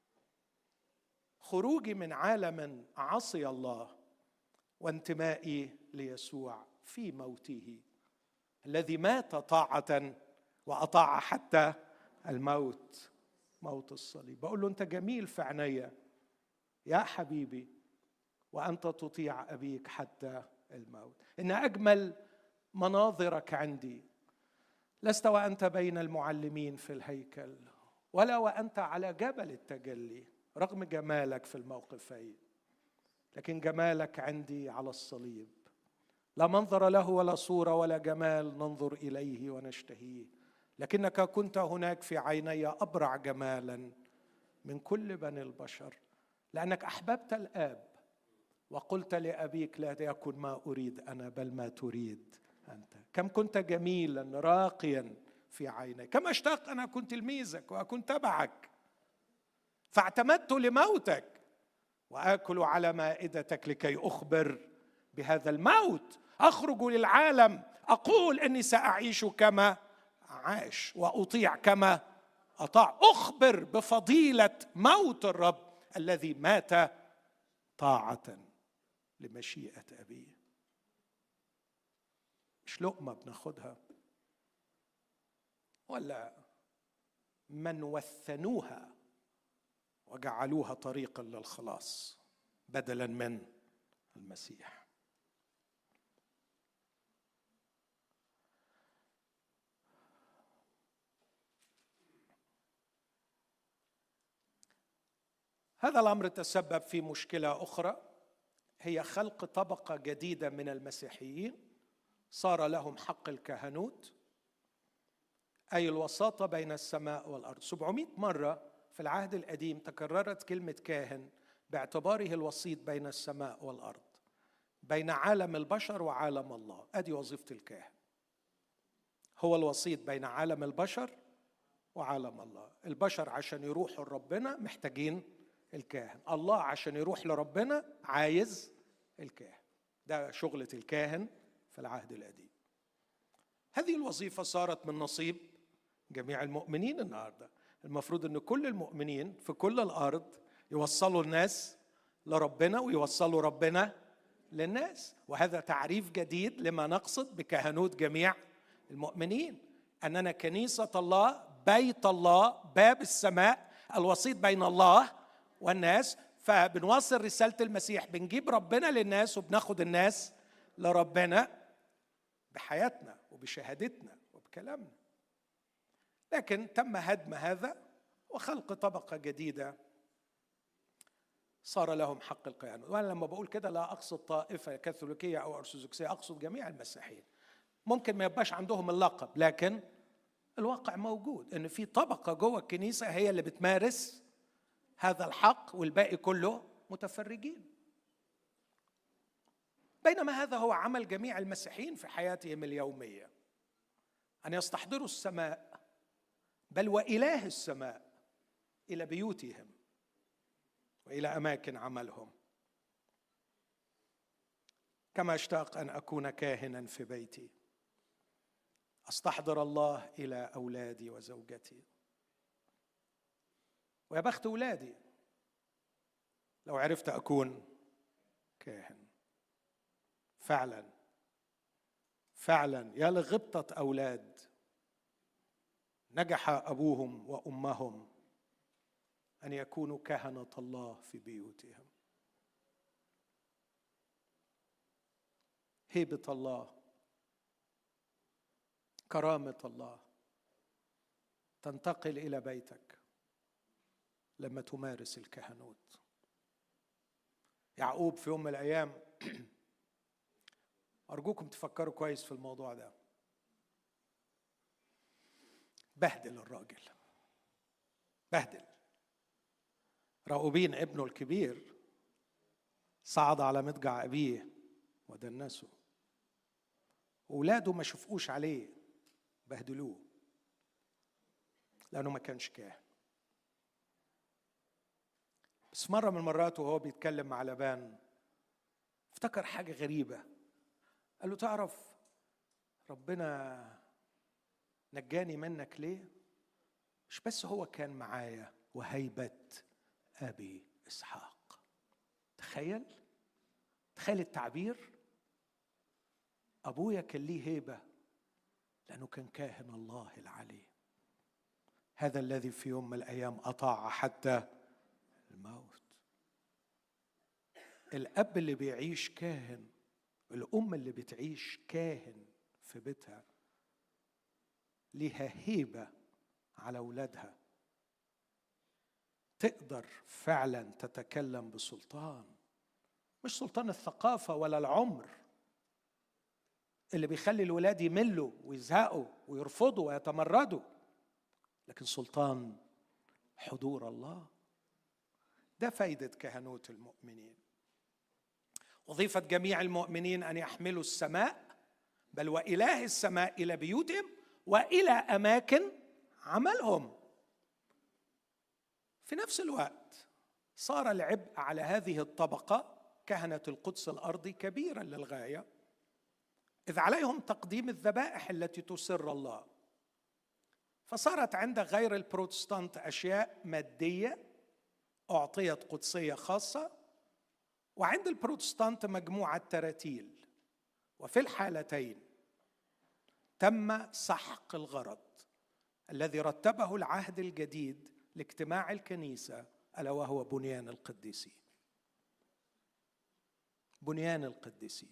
خروجي من عالم عصي الله وانتمائي ليسوع في موته الذي مات طاعة وأطاع حتى الموت، موت الصليب. بقول له أنت جميل في عينيا يا حبيبي، وأنت تطيع أبيك حتى الموت. إن أجمل مناظرك عندي لست وأنت بين المعلمين في الهيكل، ولا وأنت على جبل التجلي، رغم جمالك في الموقفين، لكن جمالك عندي على الصليب. لا منظر له ولا صورة ولا جمال ننظر إليه ونشتهيه، لكنك كنت هناك في عيني أبرع جمالا من كل بني البشر، لأنك أحببت الآب وقلت لأبيك لا يكن ما أريد أنا بل ما تريد أنت. كم كنت جميلا راقيا في عيني، كم أشتاق أن أكون تلميذك وأكون تبعك. فاعتمدت لموتك وآكل على مائدتك لكي أخبر بهذا الموت. أخرج للعالم أقول أني سأعيش كما عاش وأطيع كما أطاع. أخبر بفضيلة موت الرب الذي مات طاعة لمشيئة أبيه. مش لقمة بناخدها ولا من وثنوها وجعلوها طريقا للخلاص بدلا من المسيح. هذا الأمر تسبب في مشكلة أخرى، هي خلق طبقة جديدة من المسيحيين صار لهم حق الكهنوت، أي الوساطة بين السماء والأرض. 700 مرة في العهد القديم تكررت كلمة كاهن باعتباره الوسيط بين السماء والأرض، بين عالم البشر وعالم الله. أدي وظيفة الكاهن، هو الوسيط بين عالم البشر وعالم الله. البشر عشان يروحوا لربنا محتاجين الكاهن، الله عشان يروح لربنا عايز الكاهن. ده شغلة الكاهن في العهد القديم. هذه الوظيفة صارت من نصيب جميع المؤمنين النهاردة. المفروض أن كل المؤمنين في كل الأرض يوصلوا الناس لربنا ويوصلوا ربنا للناس. وهذا تعريف جديد لما نقصد بكهنوت جميع المؤمنين، أننا كنيسة الله، بيت الله، باب السماء، الوسيط بين الله والناس. فبنوصل رسالة المسيح، بنجيب ربنا للناس وبناخد الناس لربنا بحياتنا وبشهادتنا وبكلامنا. لكن تم هدم هذا وخلق طبقة جديدة صار لهم حق القيادة. وأنا لما بقول كده لا أقصد طائفة كاثوليكية أو أرثوذكسية، أقصد جميع المسيحيين. ممكن ما يبقاش عندهم اللقب، لكن الواقع موجود إن في طبقة جوه الكنيسة هي اللي بتمارس هذا الحق والباقي كله متفرجين. بينما هذا هو عمل جميع المسيحيين في حياتهم اليومية، أن يستحضروا السماء بل وإله السماء إلى بيوتهم وإلى أماكن عملهم. كما أشتاق أن أكون كاهنا في بيتي، أستحضر الله إلى أولادي وزوجتي. ويا بخت أولادي لو عرفت أكون كاهن فعلا. فعلا يا لغبطة أولاد نجح أبوهم وأمهم أن يكونوا كهنة الله في بيوتهم. هيبة الله، كرامة الله تنتقل إلى بيتك لما تمارس الكهنوت. يعقوب في يوم من الأيام، أرجوكم تفكروا كويس في الموضوع ده، بهدل الراجل، بهدل. راؤوبين ابنه الكبير صعد على مضجع أبيه ودنسه، أولاده ما شفقوش عليه، بهدلوه لأنه ما كانش كاهن. بس مرة من المرات وهو بيتكلم مع لابان افتكر حاجة غريبة. قال له تعرف ربنا نجاني منك ليه؟ مش بس هو كان معايا وهيبة أبي إسحاق. تخيل التعبير. أبويا كان ليه هيبة لأنه كان كاهن الله العلي، هذا الذي في يوم من الأيام أطاع حتى الموت. الأب اللي بيعيش كاهن، الأم اللي بتعيش كاهن في بيتها ليها هيبة على أولادها، تقدر فعلا تتكلم بسلطان، مش سلطان الثقافة ولا العمر اللي بيخلي الولاد يملوا ويزهقوا ويرفضوا ويتمردوا، لكن سلطان حضور الله. ده فايدة كهنوت المؤمنين. وظيفة جميع المؤمنين أن يحملوا السماء بل وإله السماء إلى بيوتهم وإلى أماكن عملهم. في نفس الوقت صار العبء على هذه الطبقة كهنة القدس الأرضي كبيرا للغاية، إذ عليهم تقديم الذبائح التي تسر الله. فصارت عند غير البروتستانت أشياء مادية أعطيت قدسية خاصة، وعند البروتستانت مجموعة تراتيل. وفي الحالتين تم سحق الغرض الذي رتبه العهد الجديد لاجتماع الكنيسة، ألا وهو بنيان القديسين. بنيان القديسين.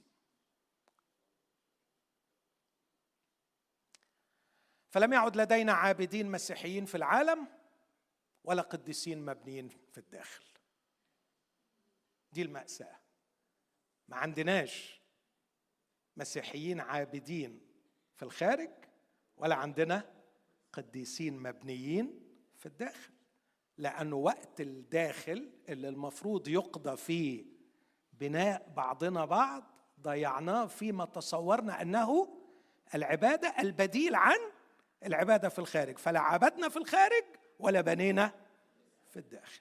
فلم يعد لدينا عابدين مسيحيين في العالم ولا قديسين مبنيين في الداخل. دي المأساة. ما عندناش مسيحيين عابدين في الخارج ولا عندنا قديسين مبنيين في الداخل، لأنه وقت الداخل اللي المفروض يقضى فيه بناء بعضنا بعض ضيعناه فيما تصورنا أنه العبادة البديل عن العبادة في الخارج، فلا عبدنا في الخارج ولا بنينا في الداخل.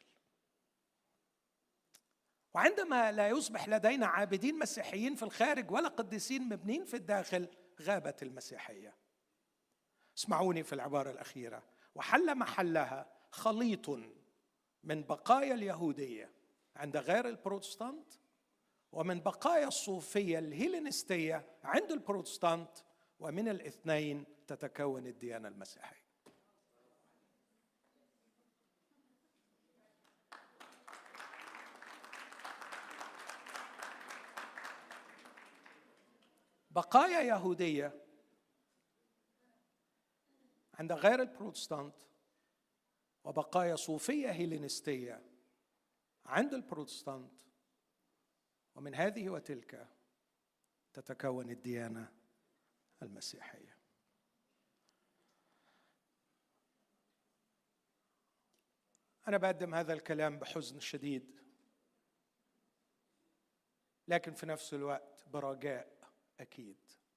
وعندما لا يصبح لدينا عابدين مسيحيين في الخارج ولا قديسين مبنين في الداخل غابت المسيحية. اسمعوني في العبارة الأخيرة: وحل محلها خليط من بقايا اليهودية عند غير البروتستانت ومن بقايا الصوفية الهيلينستية عند البروتستانت، ومن الاثنين تتكون الديانة المسيحية. بقايا يهودية عند غير البروتستانت، وبقايا صوفية هيلينستية عند البروتستانت، ومن هذه وتلك تتكون الديانة المسيحية. أنا بقدم هذا الكلام بحزن شديد، لكن في نفس الوقت برجاء أكيد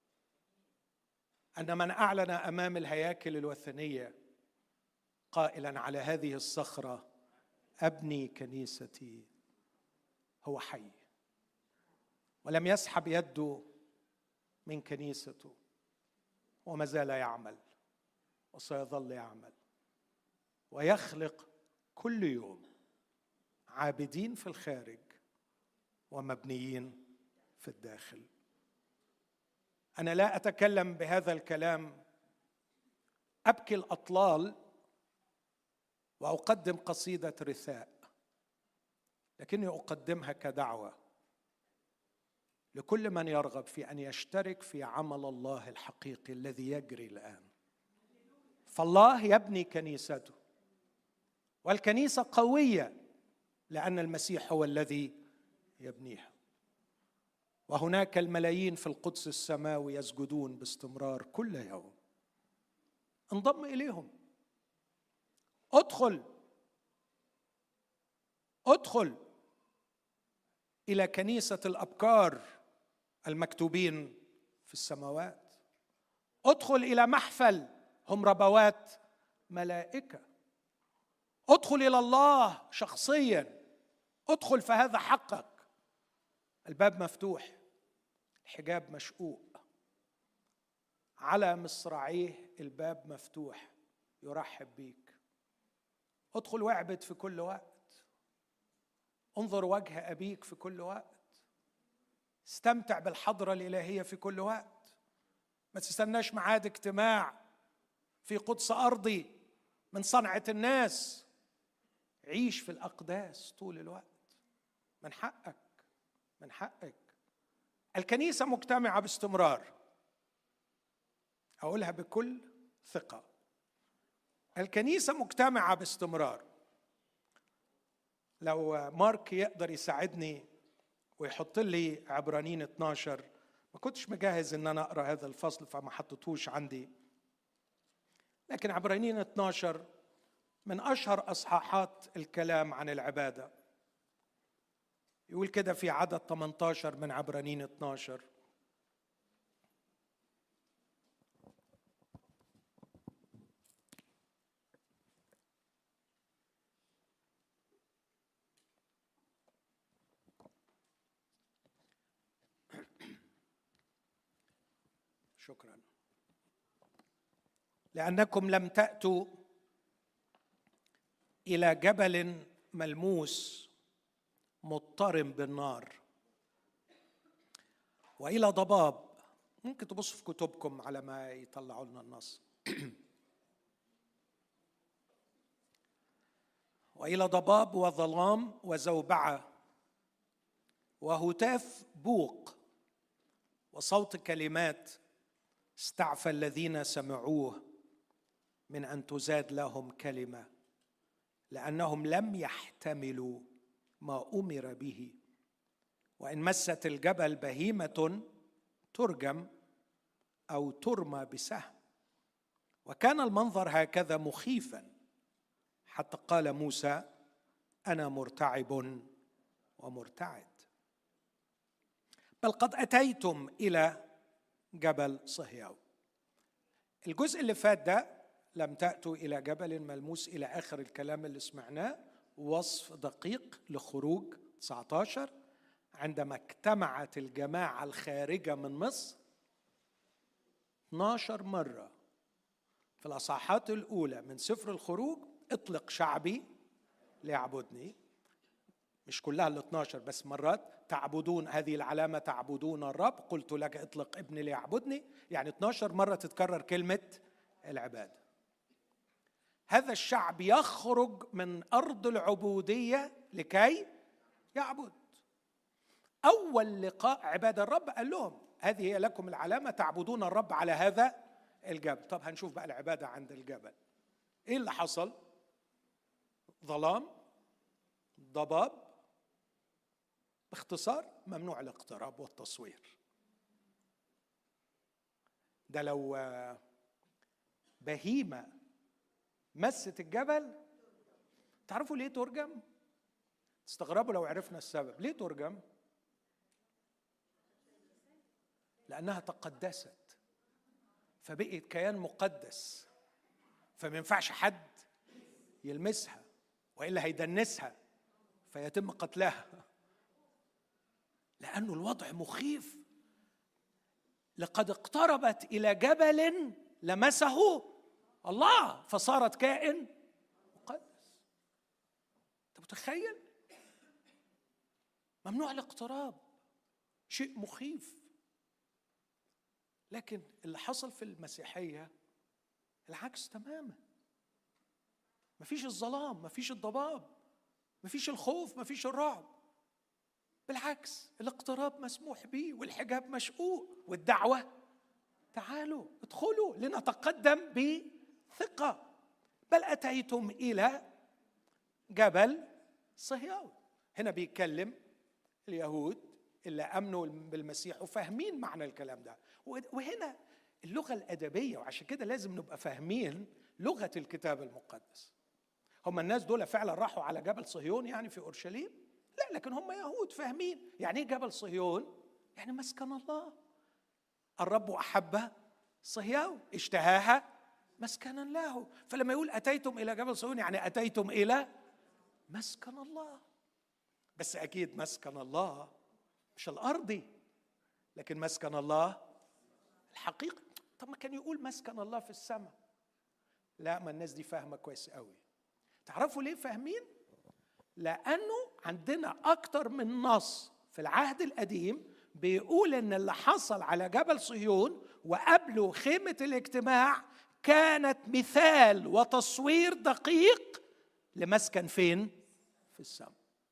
أن من أعلن أمام الهياكل الوثنية قائلا على هذه الصخرة أبني كنيستي هو حي، ولم يسحب يده من كنيسته، وما زال يعمل وسيظل يعمل ويخلق كل يوم عابدين في الخارج ومبنيين في الداخل. أنا لا أتكلم بهذا الكلام أبكي الأطلال وأقدم قصيدة رثاء، لكني أقدمها كدعوة لكل من يرغب في أن يشترك في عمل الله الحقيقي الذي يجري الآن. فالله يبني كنيسته، والكنيسة قوية لأن المسيح هو الذي يبنيها، وهناك الملايين في القدس السماوي يسجدون باستمرار كل يوم. انضم إليهم، ادخل إلى كنيسة الأبكار المكتوبين في السماوات، ادخل إلى محفل هم ربوات ملائكة، ادخل إلى الله شخصيا، ادخل فهذا حقك. الباب مفتوح، الحجاب مشقوق، على مصراعيه الباب مفتوح يرحب بيك. ادخل واعبد في كل وقت، انظر وجه أبيك في كل وقت، استمتع بالحضرة الإلهية في كل وقت. ما تستناش ميعاد اجتماع في قدس أرضي من صنعة الناس، عيش في الأقداس طول الوقت. من حقك. الكنيسة مجتمعة باستمرار، أقولها بكل ثقة، الكنيسة مجتمعة باستمرار. لو مارك يقدر يساعدني ويحط لي عبرانيين 12، ما كنتش مجهز ان انا اقرا هذا الفصل فما حطيتهوش عندي، لكن عبرانيين 12 من اشهر اصحاحات الكلام عن العباده. يقول كده في عدد 18 من عبرانيين 12: شكرا. لأنكم لم تأتوا إلى جبل ملموس مضطرم بالنار وإلى ضباب. ممكن تبصوا في كتبكم على ما يطلعوا لنا النص. وإلى ضباب وظلام وزوبعة وهتاف بوق وصوت كلمات استعفى الذين سمعوه من أن تزاد لهم كلمة، لأنهم لم يحتملوا ما أمر به. وإن مست الجبل بهيمة ترجم أو ترمى بسهم. وكان المنظر هكذا مخيفا حتى قال موسى: أنا مرتعب ومرتعد. بل قد أتيتم إلى جبل صهيون. الجزء اللي فات ده لم تأتوا إلى جبل ملموس إلى آخر الكلام اللي سمعناه، وصف دقيق لخروج 19 عندما اجتمعت الجماعة الخارجة من مصر 12 مرة في الأصحاحات الأولى من سفر الخروج: اطلق شعبي ليعبدني. مش كلها ال 12 بس مرات تعبدون، هذه العلامة تعبدون الرب، قلت لك اطلق ابني ليعبدني. يعني 12 مرة تتكرر كلمة العبادة. هذا الشعب يخرج من أرض العبودية لكي يعبد. أول لقاء عبادة الرب قال لهم هذه هي لكم العلامة، تعبدون الرب على هذا الجبل. طب هنشوف بقى العبادة عند الجبل ايه اللي حصل. ظلام، ضباب، باختصار ممنوع الاقتراب والتصوير. ده لو بهيمة مست الجبل، تعرفوا ليه ترجم؟ تستغربوا لو عرفنا السبب ليه ترجم. لأنها تقدست، فبقيت كيان مقدس، فما ينفعش حد يلمسها وإلا هيدنسها فيتم قتلها، لأنه الوضع مخيف. لقد اقتربت إلى جبل لمسه الله فصارت كائن مقدس. أنت متخيل؟ ممنوع الاقتراب، شيء مخيف. لكن اللي حصل في المسيحية العكس تماما. مفيش الظلام، مفيش الضباب، مفيش الخوف، مفيش الرعب. بالعكس الاقتراب مسموح به والحجاب مشقوق، والدعوة تعالوا ادخلوا لنتقدم بثقة. بل أتيتم إلى جبل صهيون. هنا بيتكلم اليهود اللي آمنوا بالمسيح وفاهمين معنى الكلام ده. وهنا اللغة الأدبية، وعشان كده لازم نبقى فاهمين لغة الكتاب المقدس. هم الناس دول فعلا راحوا على جبل صهيون يعني في أورشليم؟ لا، لكن هم يهود فاهمين يعني ايه جبل صهيون، يعني مسكن الله. الرب أحب صهيون اشتهاها مسكنا له. فلما يقول أتيتم إلى جبل صهيون يعني أتيتم إلى مسكن الله. بس أكيد مسكن الله مش الأرضي، لكن مسكن الله الحقيقي. طب ما كان يقول مسكن الله في السماء. لا، ما الناس دي فاهمة كويس قوي. تعرفوا ليه فاهمين؟ لأنه عندنا أكتر من نص في العهد القديم بيقول إن اللي حصل على جبل صهيون وقبله خيمة الاجتماع كانت مثال وتصوير دقيق لمسكن فين؟ في السماء.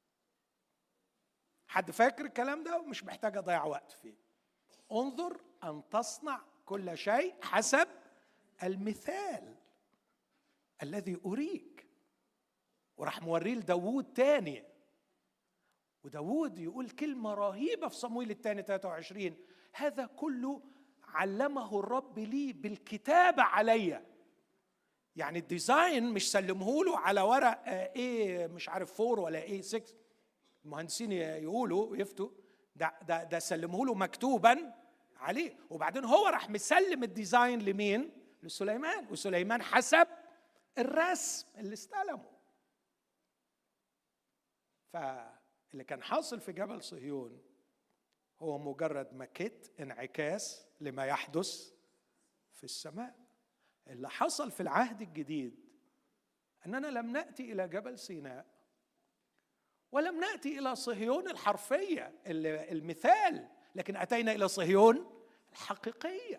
حد فاكر الكلام ده؟ ومش محتاج أضيع وقت فيه. انظر أن تصنع كل شيء حسب المثال الذي أريك. وراح موريه لداوود تاني، وداوود يقول كلمة رهيبة في صمويل الثاني 23: هذا كله علمه الرب لي بالكتابة عليا. يعني الديزاين مش سلمهوله على ورق ايه مش عارف 4 ولا ايه 6، المهندسين يقولوا ويفتوا، ده سلمهوله مكتوبا عليه. وبعدين هو راح مسلم الديزاين لمين؟ لسليمان، وسليمان حسب الرسم اللي استلمه. فاللي كان حاصل في جبل صهيون هو مجرد ماكيت، انعكاس لما يحدث في السماء. اللي حصل في العهد الجديد أننا لم نأتي إلى جبل سيناء، ولم نأتي إلى صهيون الحرفية المثال، لكن أتينا إلى صهيون الحقيقية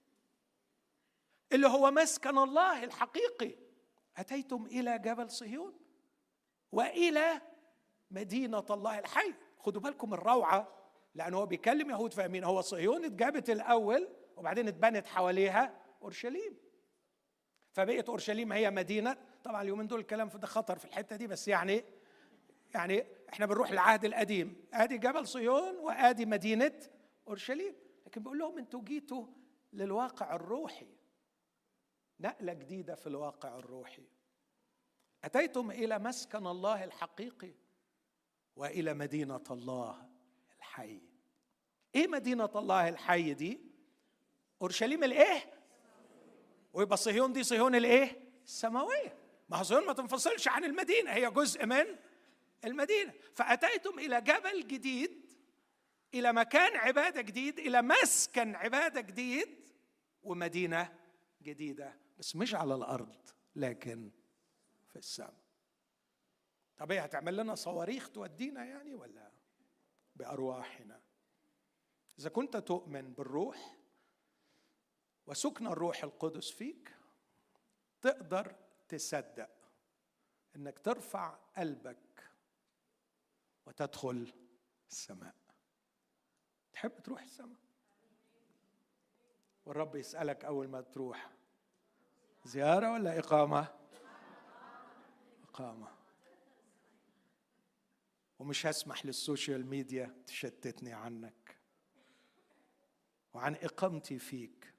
اللي هو مسكن الله الحقيقي. أتيتم إلى جبل صهيون وإلى مدينة الله الحي. خدوا بالكم الروعة، لأنه هو بيكلم يهود فاهمين. هو صهيون اتجابت الأول وبعدين اتبنت حواليها أورشليم، فبقت أورشليم هي مدينة. طبعا اليومين دول الكلام في ده خطر في الحتة دي، بس يعني احنا بنروح للعهد القديم، ادي جبل صهيون وادي مدينة أورشليم. لكن بيقول لهم انتوا جيتوا للواقع الروحي، نقلة جديدة في الواقع الروحي. أتيتم إلى مسكن الله الحقيقي وإلى مدينة الله الحي. إيه مدينة الله الحي دي؟ أورشليم الإيه؟ ويبقى صهيون دي صهيون الإيه؟ السماوية. ما هو صهيون ما تنفصلش عن المدينة، هي جزء من المدينة. فأتيتم إلى جبل جديد، إلى مكان عبادة جديد، إلى مسكن عبادة جديد، ومدينة جديدة، بس مش على الأرض لكن في السماء. طب ايه، هتعمل لنا صواريخ تودينا يعني ولا بأرواحنا؟ إذا كنت تؤمن بالروح وسكن الروح القدس فيك، تقدر تصدق إنك ترفع قلبك وتدخل السماء. تحب تروح السماء؟ والرب يسألك أول ما تروح: زيارة ولا إقامة؟ إقامة. ومش هسمح للسوشيال ميديا تشتتني عنك وعن إقامتي فيك،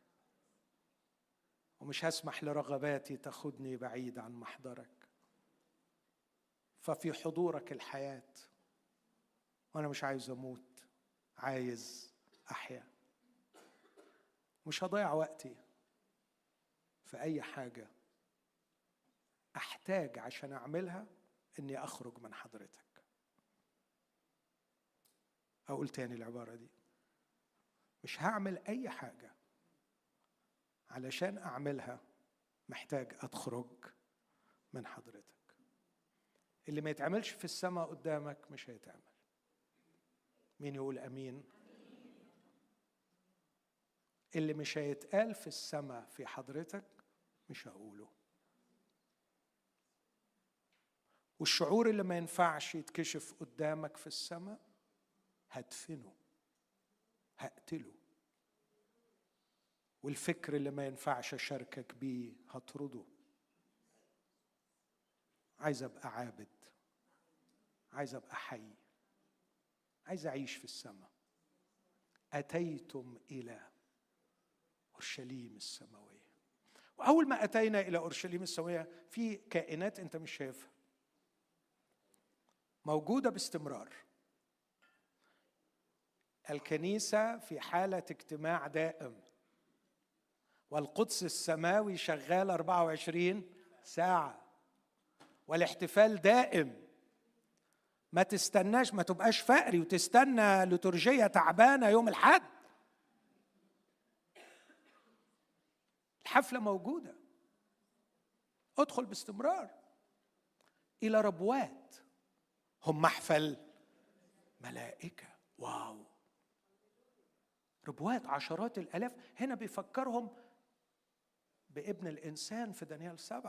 ومش هسمح لرغباتي تاخدني بعيد عن محضرك. ففي حضورك الحياة، وأنا مش عايز أموت، عايز أحيا. مش هضيع وقتي في أي حاجة أحتاج عشان أعملها إني أخرج من حضرتك. أقول تاني العبارة دي: مش هعمل أي حاجة علشان أعملها محتاج أخرج من حضرتك. اللي ما يتعملش في السماء قدامك مش هيتعمل. مين يقول أمين؟ اللي مش هيتقال في السماء في حضرتك مش هقوله. والشعور اللي ما ينفعش يتكشف قدامك في السماء هدفنه، هقتله. والفكر اللي ما ينفعش أشاركك بيه هطرده. عايز أبقى عابد، عايز أبقى حي، عايز أعيش في السماء. أتيتم إلى أورشليم السماوية. وأول ما أتينا إلى أورشليم السماوية في كائنات أنت مش شايفها، موجودة باستمرار. الكنيسة في حالة اجتماع دائم، والقدس السماوي شغال 24 ساعة، والاحتفال دائم. ما تستناش، ما تبقاش فقري وتستنى لترجية تعبانة يوم الحد. الحفلة موجودة. ادخل باستمرار إلى ربوات هم محفل ملائكة. واو، ربوات عشرات الآلاف. هنا بيفكرهم بابن الإنسان في دانيال 7،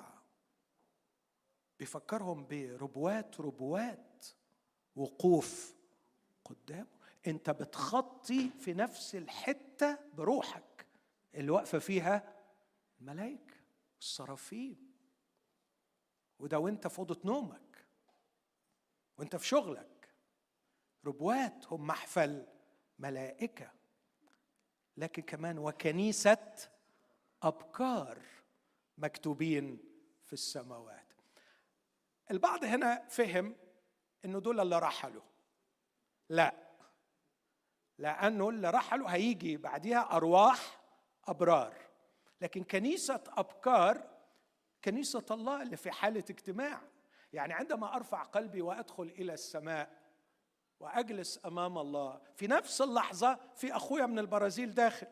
بيفكرهم بربوات وقوف قدامه. انت بتخطي في نفس الحتة بروحك اللي واقفة فيها الملائكة الصرافيم. وده وانت في أوضة نومك وانت في شغلك. ربوات هم محفل ملائكة، لكن كمان وكنيسة أبكار مكتوبين في السماوات. البعض هنا فهم إنه دول اللي رحلوا. لا، لأنه اللي رحلوا هيجي بعدها أرواح أبرار، لكن كنيسة أبكار كنيسة الله اللي في حالة اجتماع. يعني عندما أرفع قلبي وأدخل إلى السماء وأجلس أمام الله، في نفس اللحظة في أخويا من البرازيل داخل،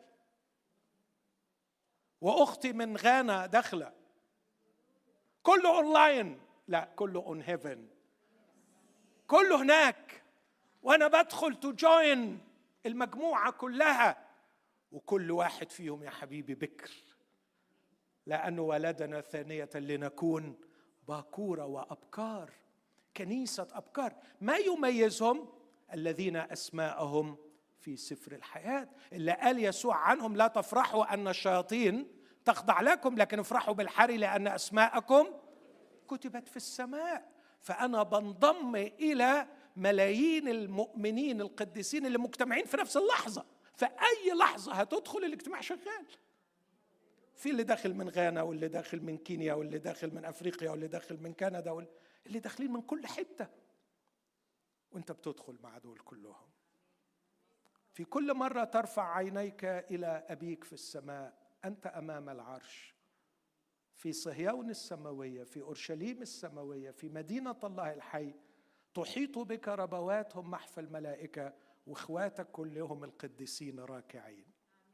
وأختي من غانا داخلة. كله أونلاين؟ لا، كله أون هيفن، كله هناك. وأنا بدخل تو جوين المجموعة كلها، وكل واحد فيهم يا حبيبي بكر، لأنه ولدنا ثانية لنكون باكورة وأبكار. كنيسة أبكار. ما يميزهم؟ الذين أسماءهم في سفر الحياة، اللي قال يسوع عنهم: لا تفرحوا أن الشياطين تخضع لكم، لكن افرحوا بالحري لأن أسماءكم كتبت في السماء. فأنا بنضم إلى ملايين المؤمنين القديسين اللي مجتمعين في نفس اللحظة. فأي لحظة هتدخل الاجتماع شغال. في اللي داخل من غانا، واللي داخل من كينيا، واللي داخل من أفريقيا، واللي داخل من كندا، واللي داخلين من كل حتة، وانت بتدخل مع دول كلهم. في كل مرة ترفع عينيك إلى أبيك في السماء، أنت أمام العرش، في صهيون السماوية، في أورشليم السماوية، في مدينة الله الحي، تحيط بك ربواتهم محفل ملائكة، واخواتك كلهم القديسين راكعين.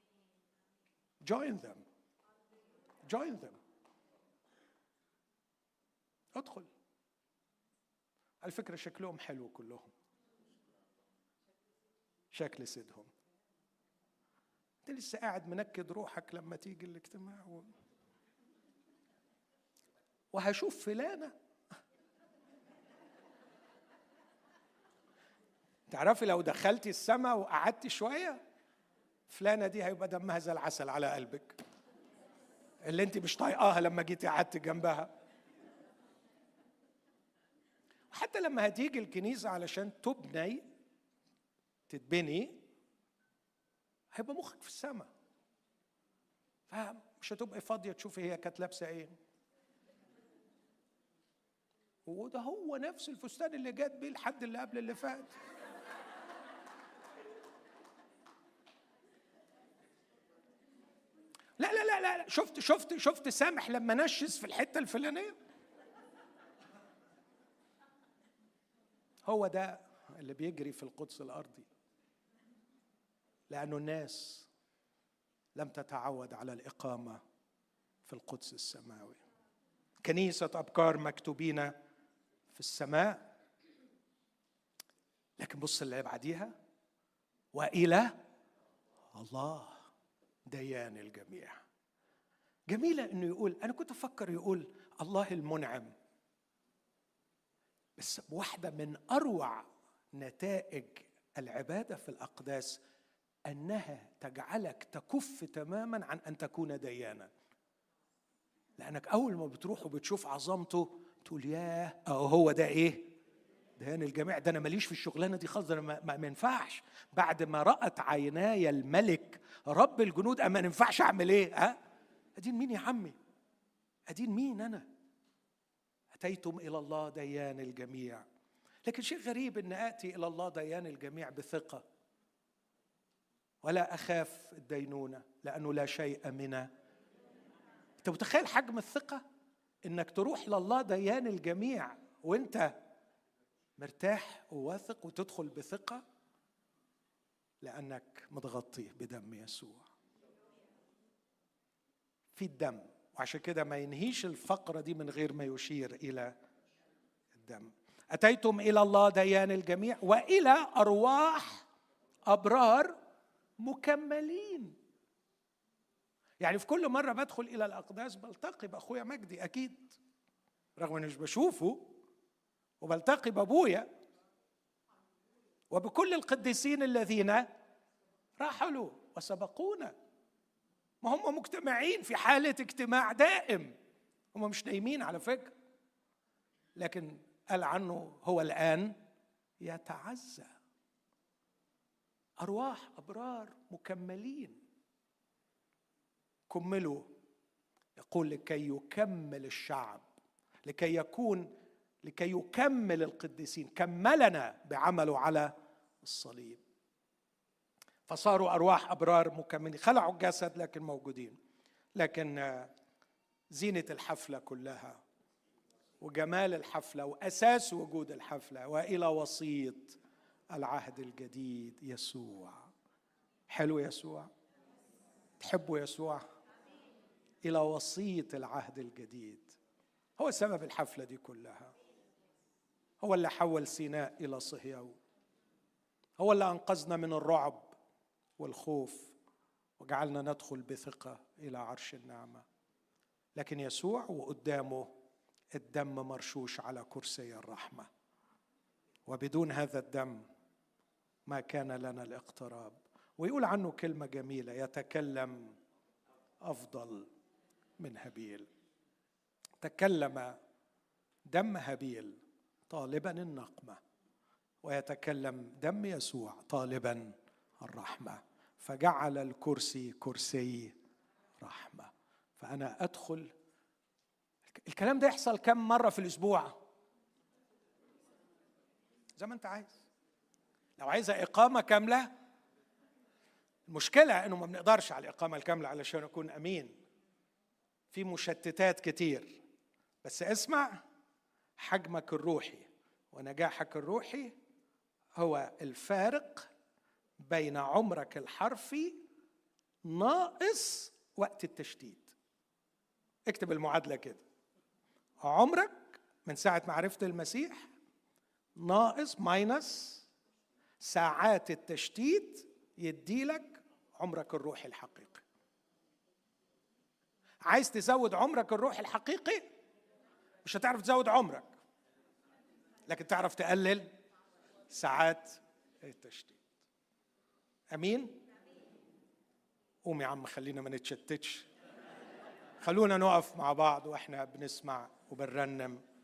Join them. Join them. ادخل. على فكرة شكلهم حلو كلهم، شكل سيدهم. انت لسه قاعد منكد روحك لما تيجي الاجتماع وهشوف فلانة. تعرفي لو دخلتي السماء وقعدتي شوية فلانة دي هيبقى دمها زي العسل على قلبك، اللي انت مش طايقاها لما جيتي قعدت جنبها. وحتى لما هتيجي الكنيسة علشان تتبني، هيبقى مخك في السماء، فمش هتبقى فاضية تشوفي هي كانت لابسة ايه. وده هو نفس الفستان اللي جات بيه الحد اللي قبل اللي فات. لا لا لا لا، شفت سامح لما نشز في الحتة الفلانية. هو ده اللي بيجري في القدس الأرضي، لأنه الناس لم تتعود على الإقامة في القدس السماوي. كنيسة أبكار مكتوبين في السماء. لكن بص اللي بعديها: وإلى الله ديان الجميع. جميلة إنه يقول، أنا كنت أفكر يقول الله المنعم، بس واحدة من أروع نتائج العبادة في الأقداس أنها تجعلك تكف تماما عن أن تكون ديانا. لأنك أول ما بتروح وبتشوف عظمته تقول ياه، هو ده إيه؟ ديان الجميع. ده أنا ماليش في الشغلانة دي خالص، أنا ما ينفعش. بعد ما رأت عيناي الملك رب الجنود أما ينفعش أعمل إيه؟ أدين مين يا عمي؟ أدين مين أنا؟ أتيتم إلى الله ديان الجميع. لكن شيء غريب أن آتي إلى الله ديان الجميع بثقة، ولا أخاف الدينونة لأنه لا شيء منه. أنت متخيل حجم الثقة؟ إنك تروح لله ديان الجميع وإنت مرتاح وواثق، وتدخل بثقة لأنك متغطي بدم يسوع. في الدم. وعشان كده ما ينهيش الفقرة دي من غير ما يشير إلى الدم. أتيتم إلى الله ديان الجميع وإلى أرواح أبرار مكملين. يعني في كل مرة بدخل إلى الأقداس بلتقي بأخويا مجدي أكيد، رغم أني مش بشوفه، وبلتقي بأبويا وبكل القديسين الذين رحلوا وسبقونا. ما هم مجتمعين في حالة اجتماع دائم، هم مش نايمين على فكرة، لكن قال عنه هو الآن يتعزى. أرواح أبرار مكملين. كملوا، يقول لكي يكمل الشعب، لكي يكمل القديسين، كملنا بعمله على الصليب. فصاروا أرواح أبرار مكملين، خلعوا الجسد لكن موجودين. لكن زينة الحفلة كلها وجمال الحفلة وأساس وجود الحفلة وإلى وسيط العهد الجديد يسوع. حلو يسوع؟ تحبوا يسوع؟ إلى وسيط العهد الجديد. هو سبب الحفلة دي كلها. هو اللي حول سيناء إلى صهيون، هو اللي أنقذنا من الرعب والخوف وجعلنا ندخل بثقة إلى عرش النعمة. لكن يسوع وقدامه الدم مرشوش على كرسي الرحمة، وبدون هذا الدم ما كان لنا الاقتراب. ويقول عنه كلمة جميلة: يتكلم أفضل من هابيل. تكلم دم هابيل طالبا النقمة، ويتكلم دم يسوع طالبا الرحمة، فجعل الكرسي كرسي رحمة. فأنا أدخل. الكلام ده يحصل كم مرة في الأسبوع؟ زي ما أنت عايز. لو عايزة إقامة كاملة، المشكلة أنه ما بنقدرش على الإقامة الكاملة علشان أكون أمين، في مشتتات كتير. بس اسمع، حجمك الروحي ونجاحك الروحي هو الفارق بين عمرك الحرفي ناقص وقت التشتيت. اكتب المعادلة كده: عمرك من ساعة معرفة المسيح ناقص ماينس ساعات التشتيت يديلك عمرك الروحي الحقيقي. عايز تزود عمرك الروحي الحقيقي؟ مش هتعرف تزود عمرك، لكن تعرف تقلل ساعات التشتيت. أمين؟ قوم يا عم خلينا ما نتشتتش. خلونا نقف مع بعض واحنا بنسمع وبنرنم.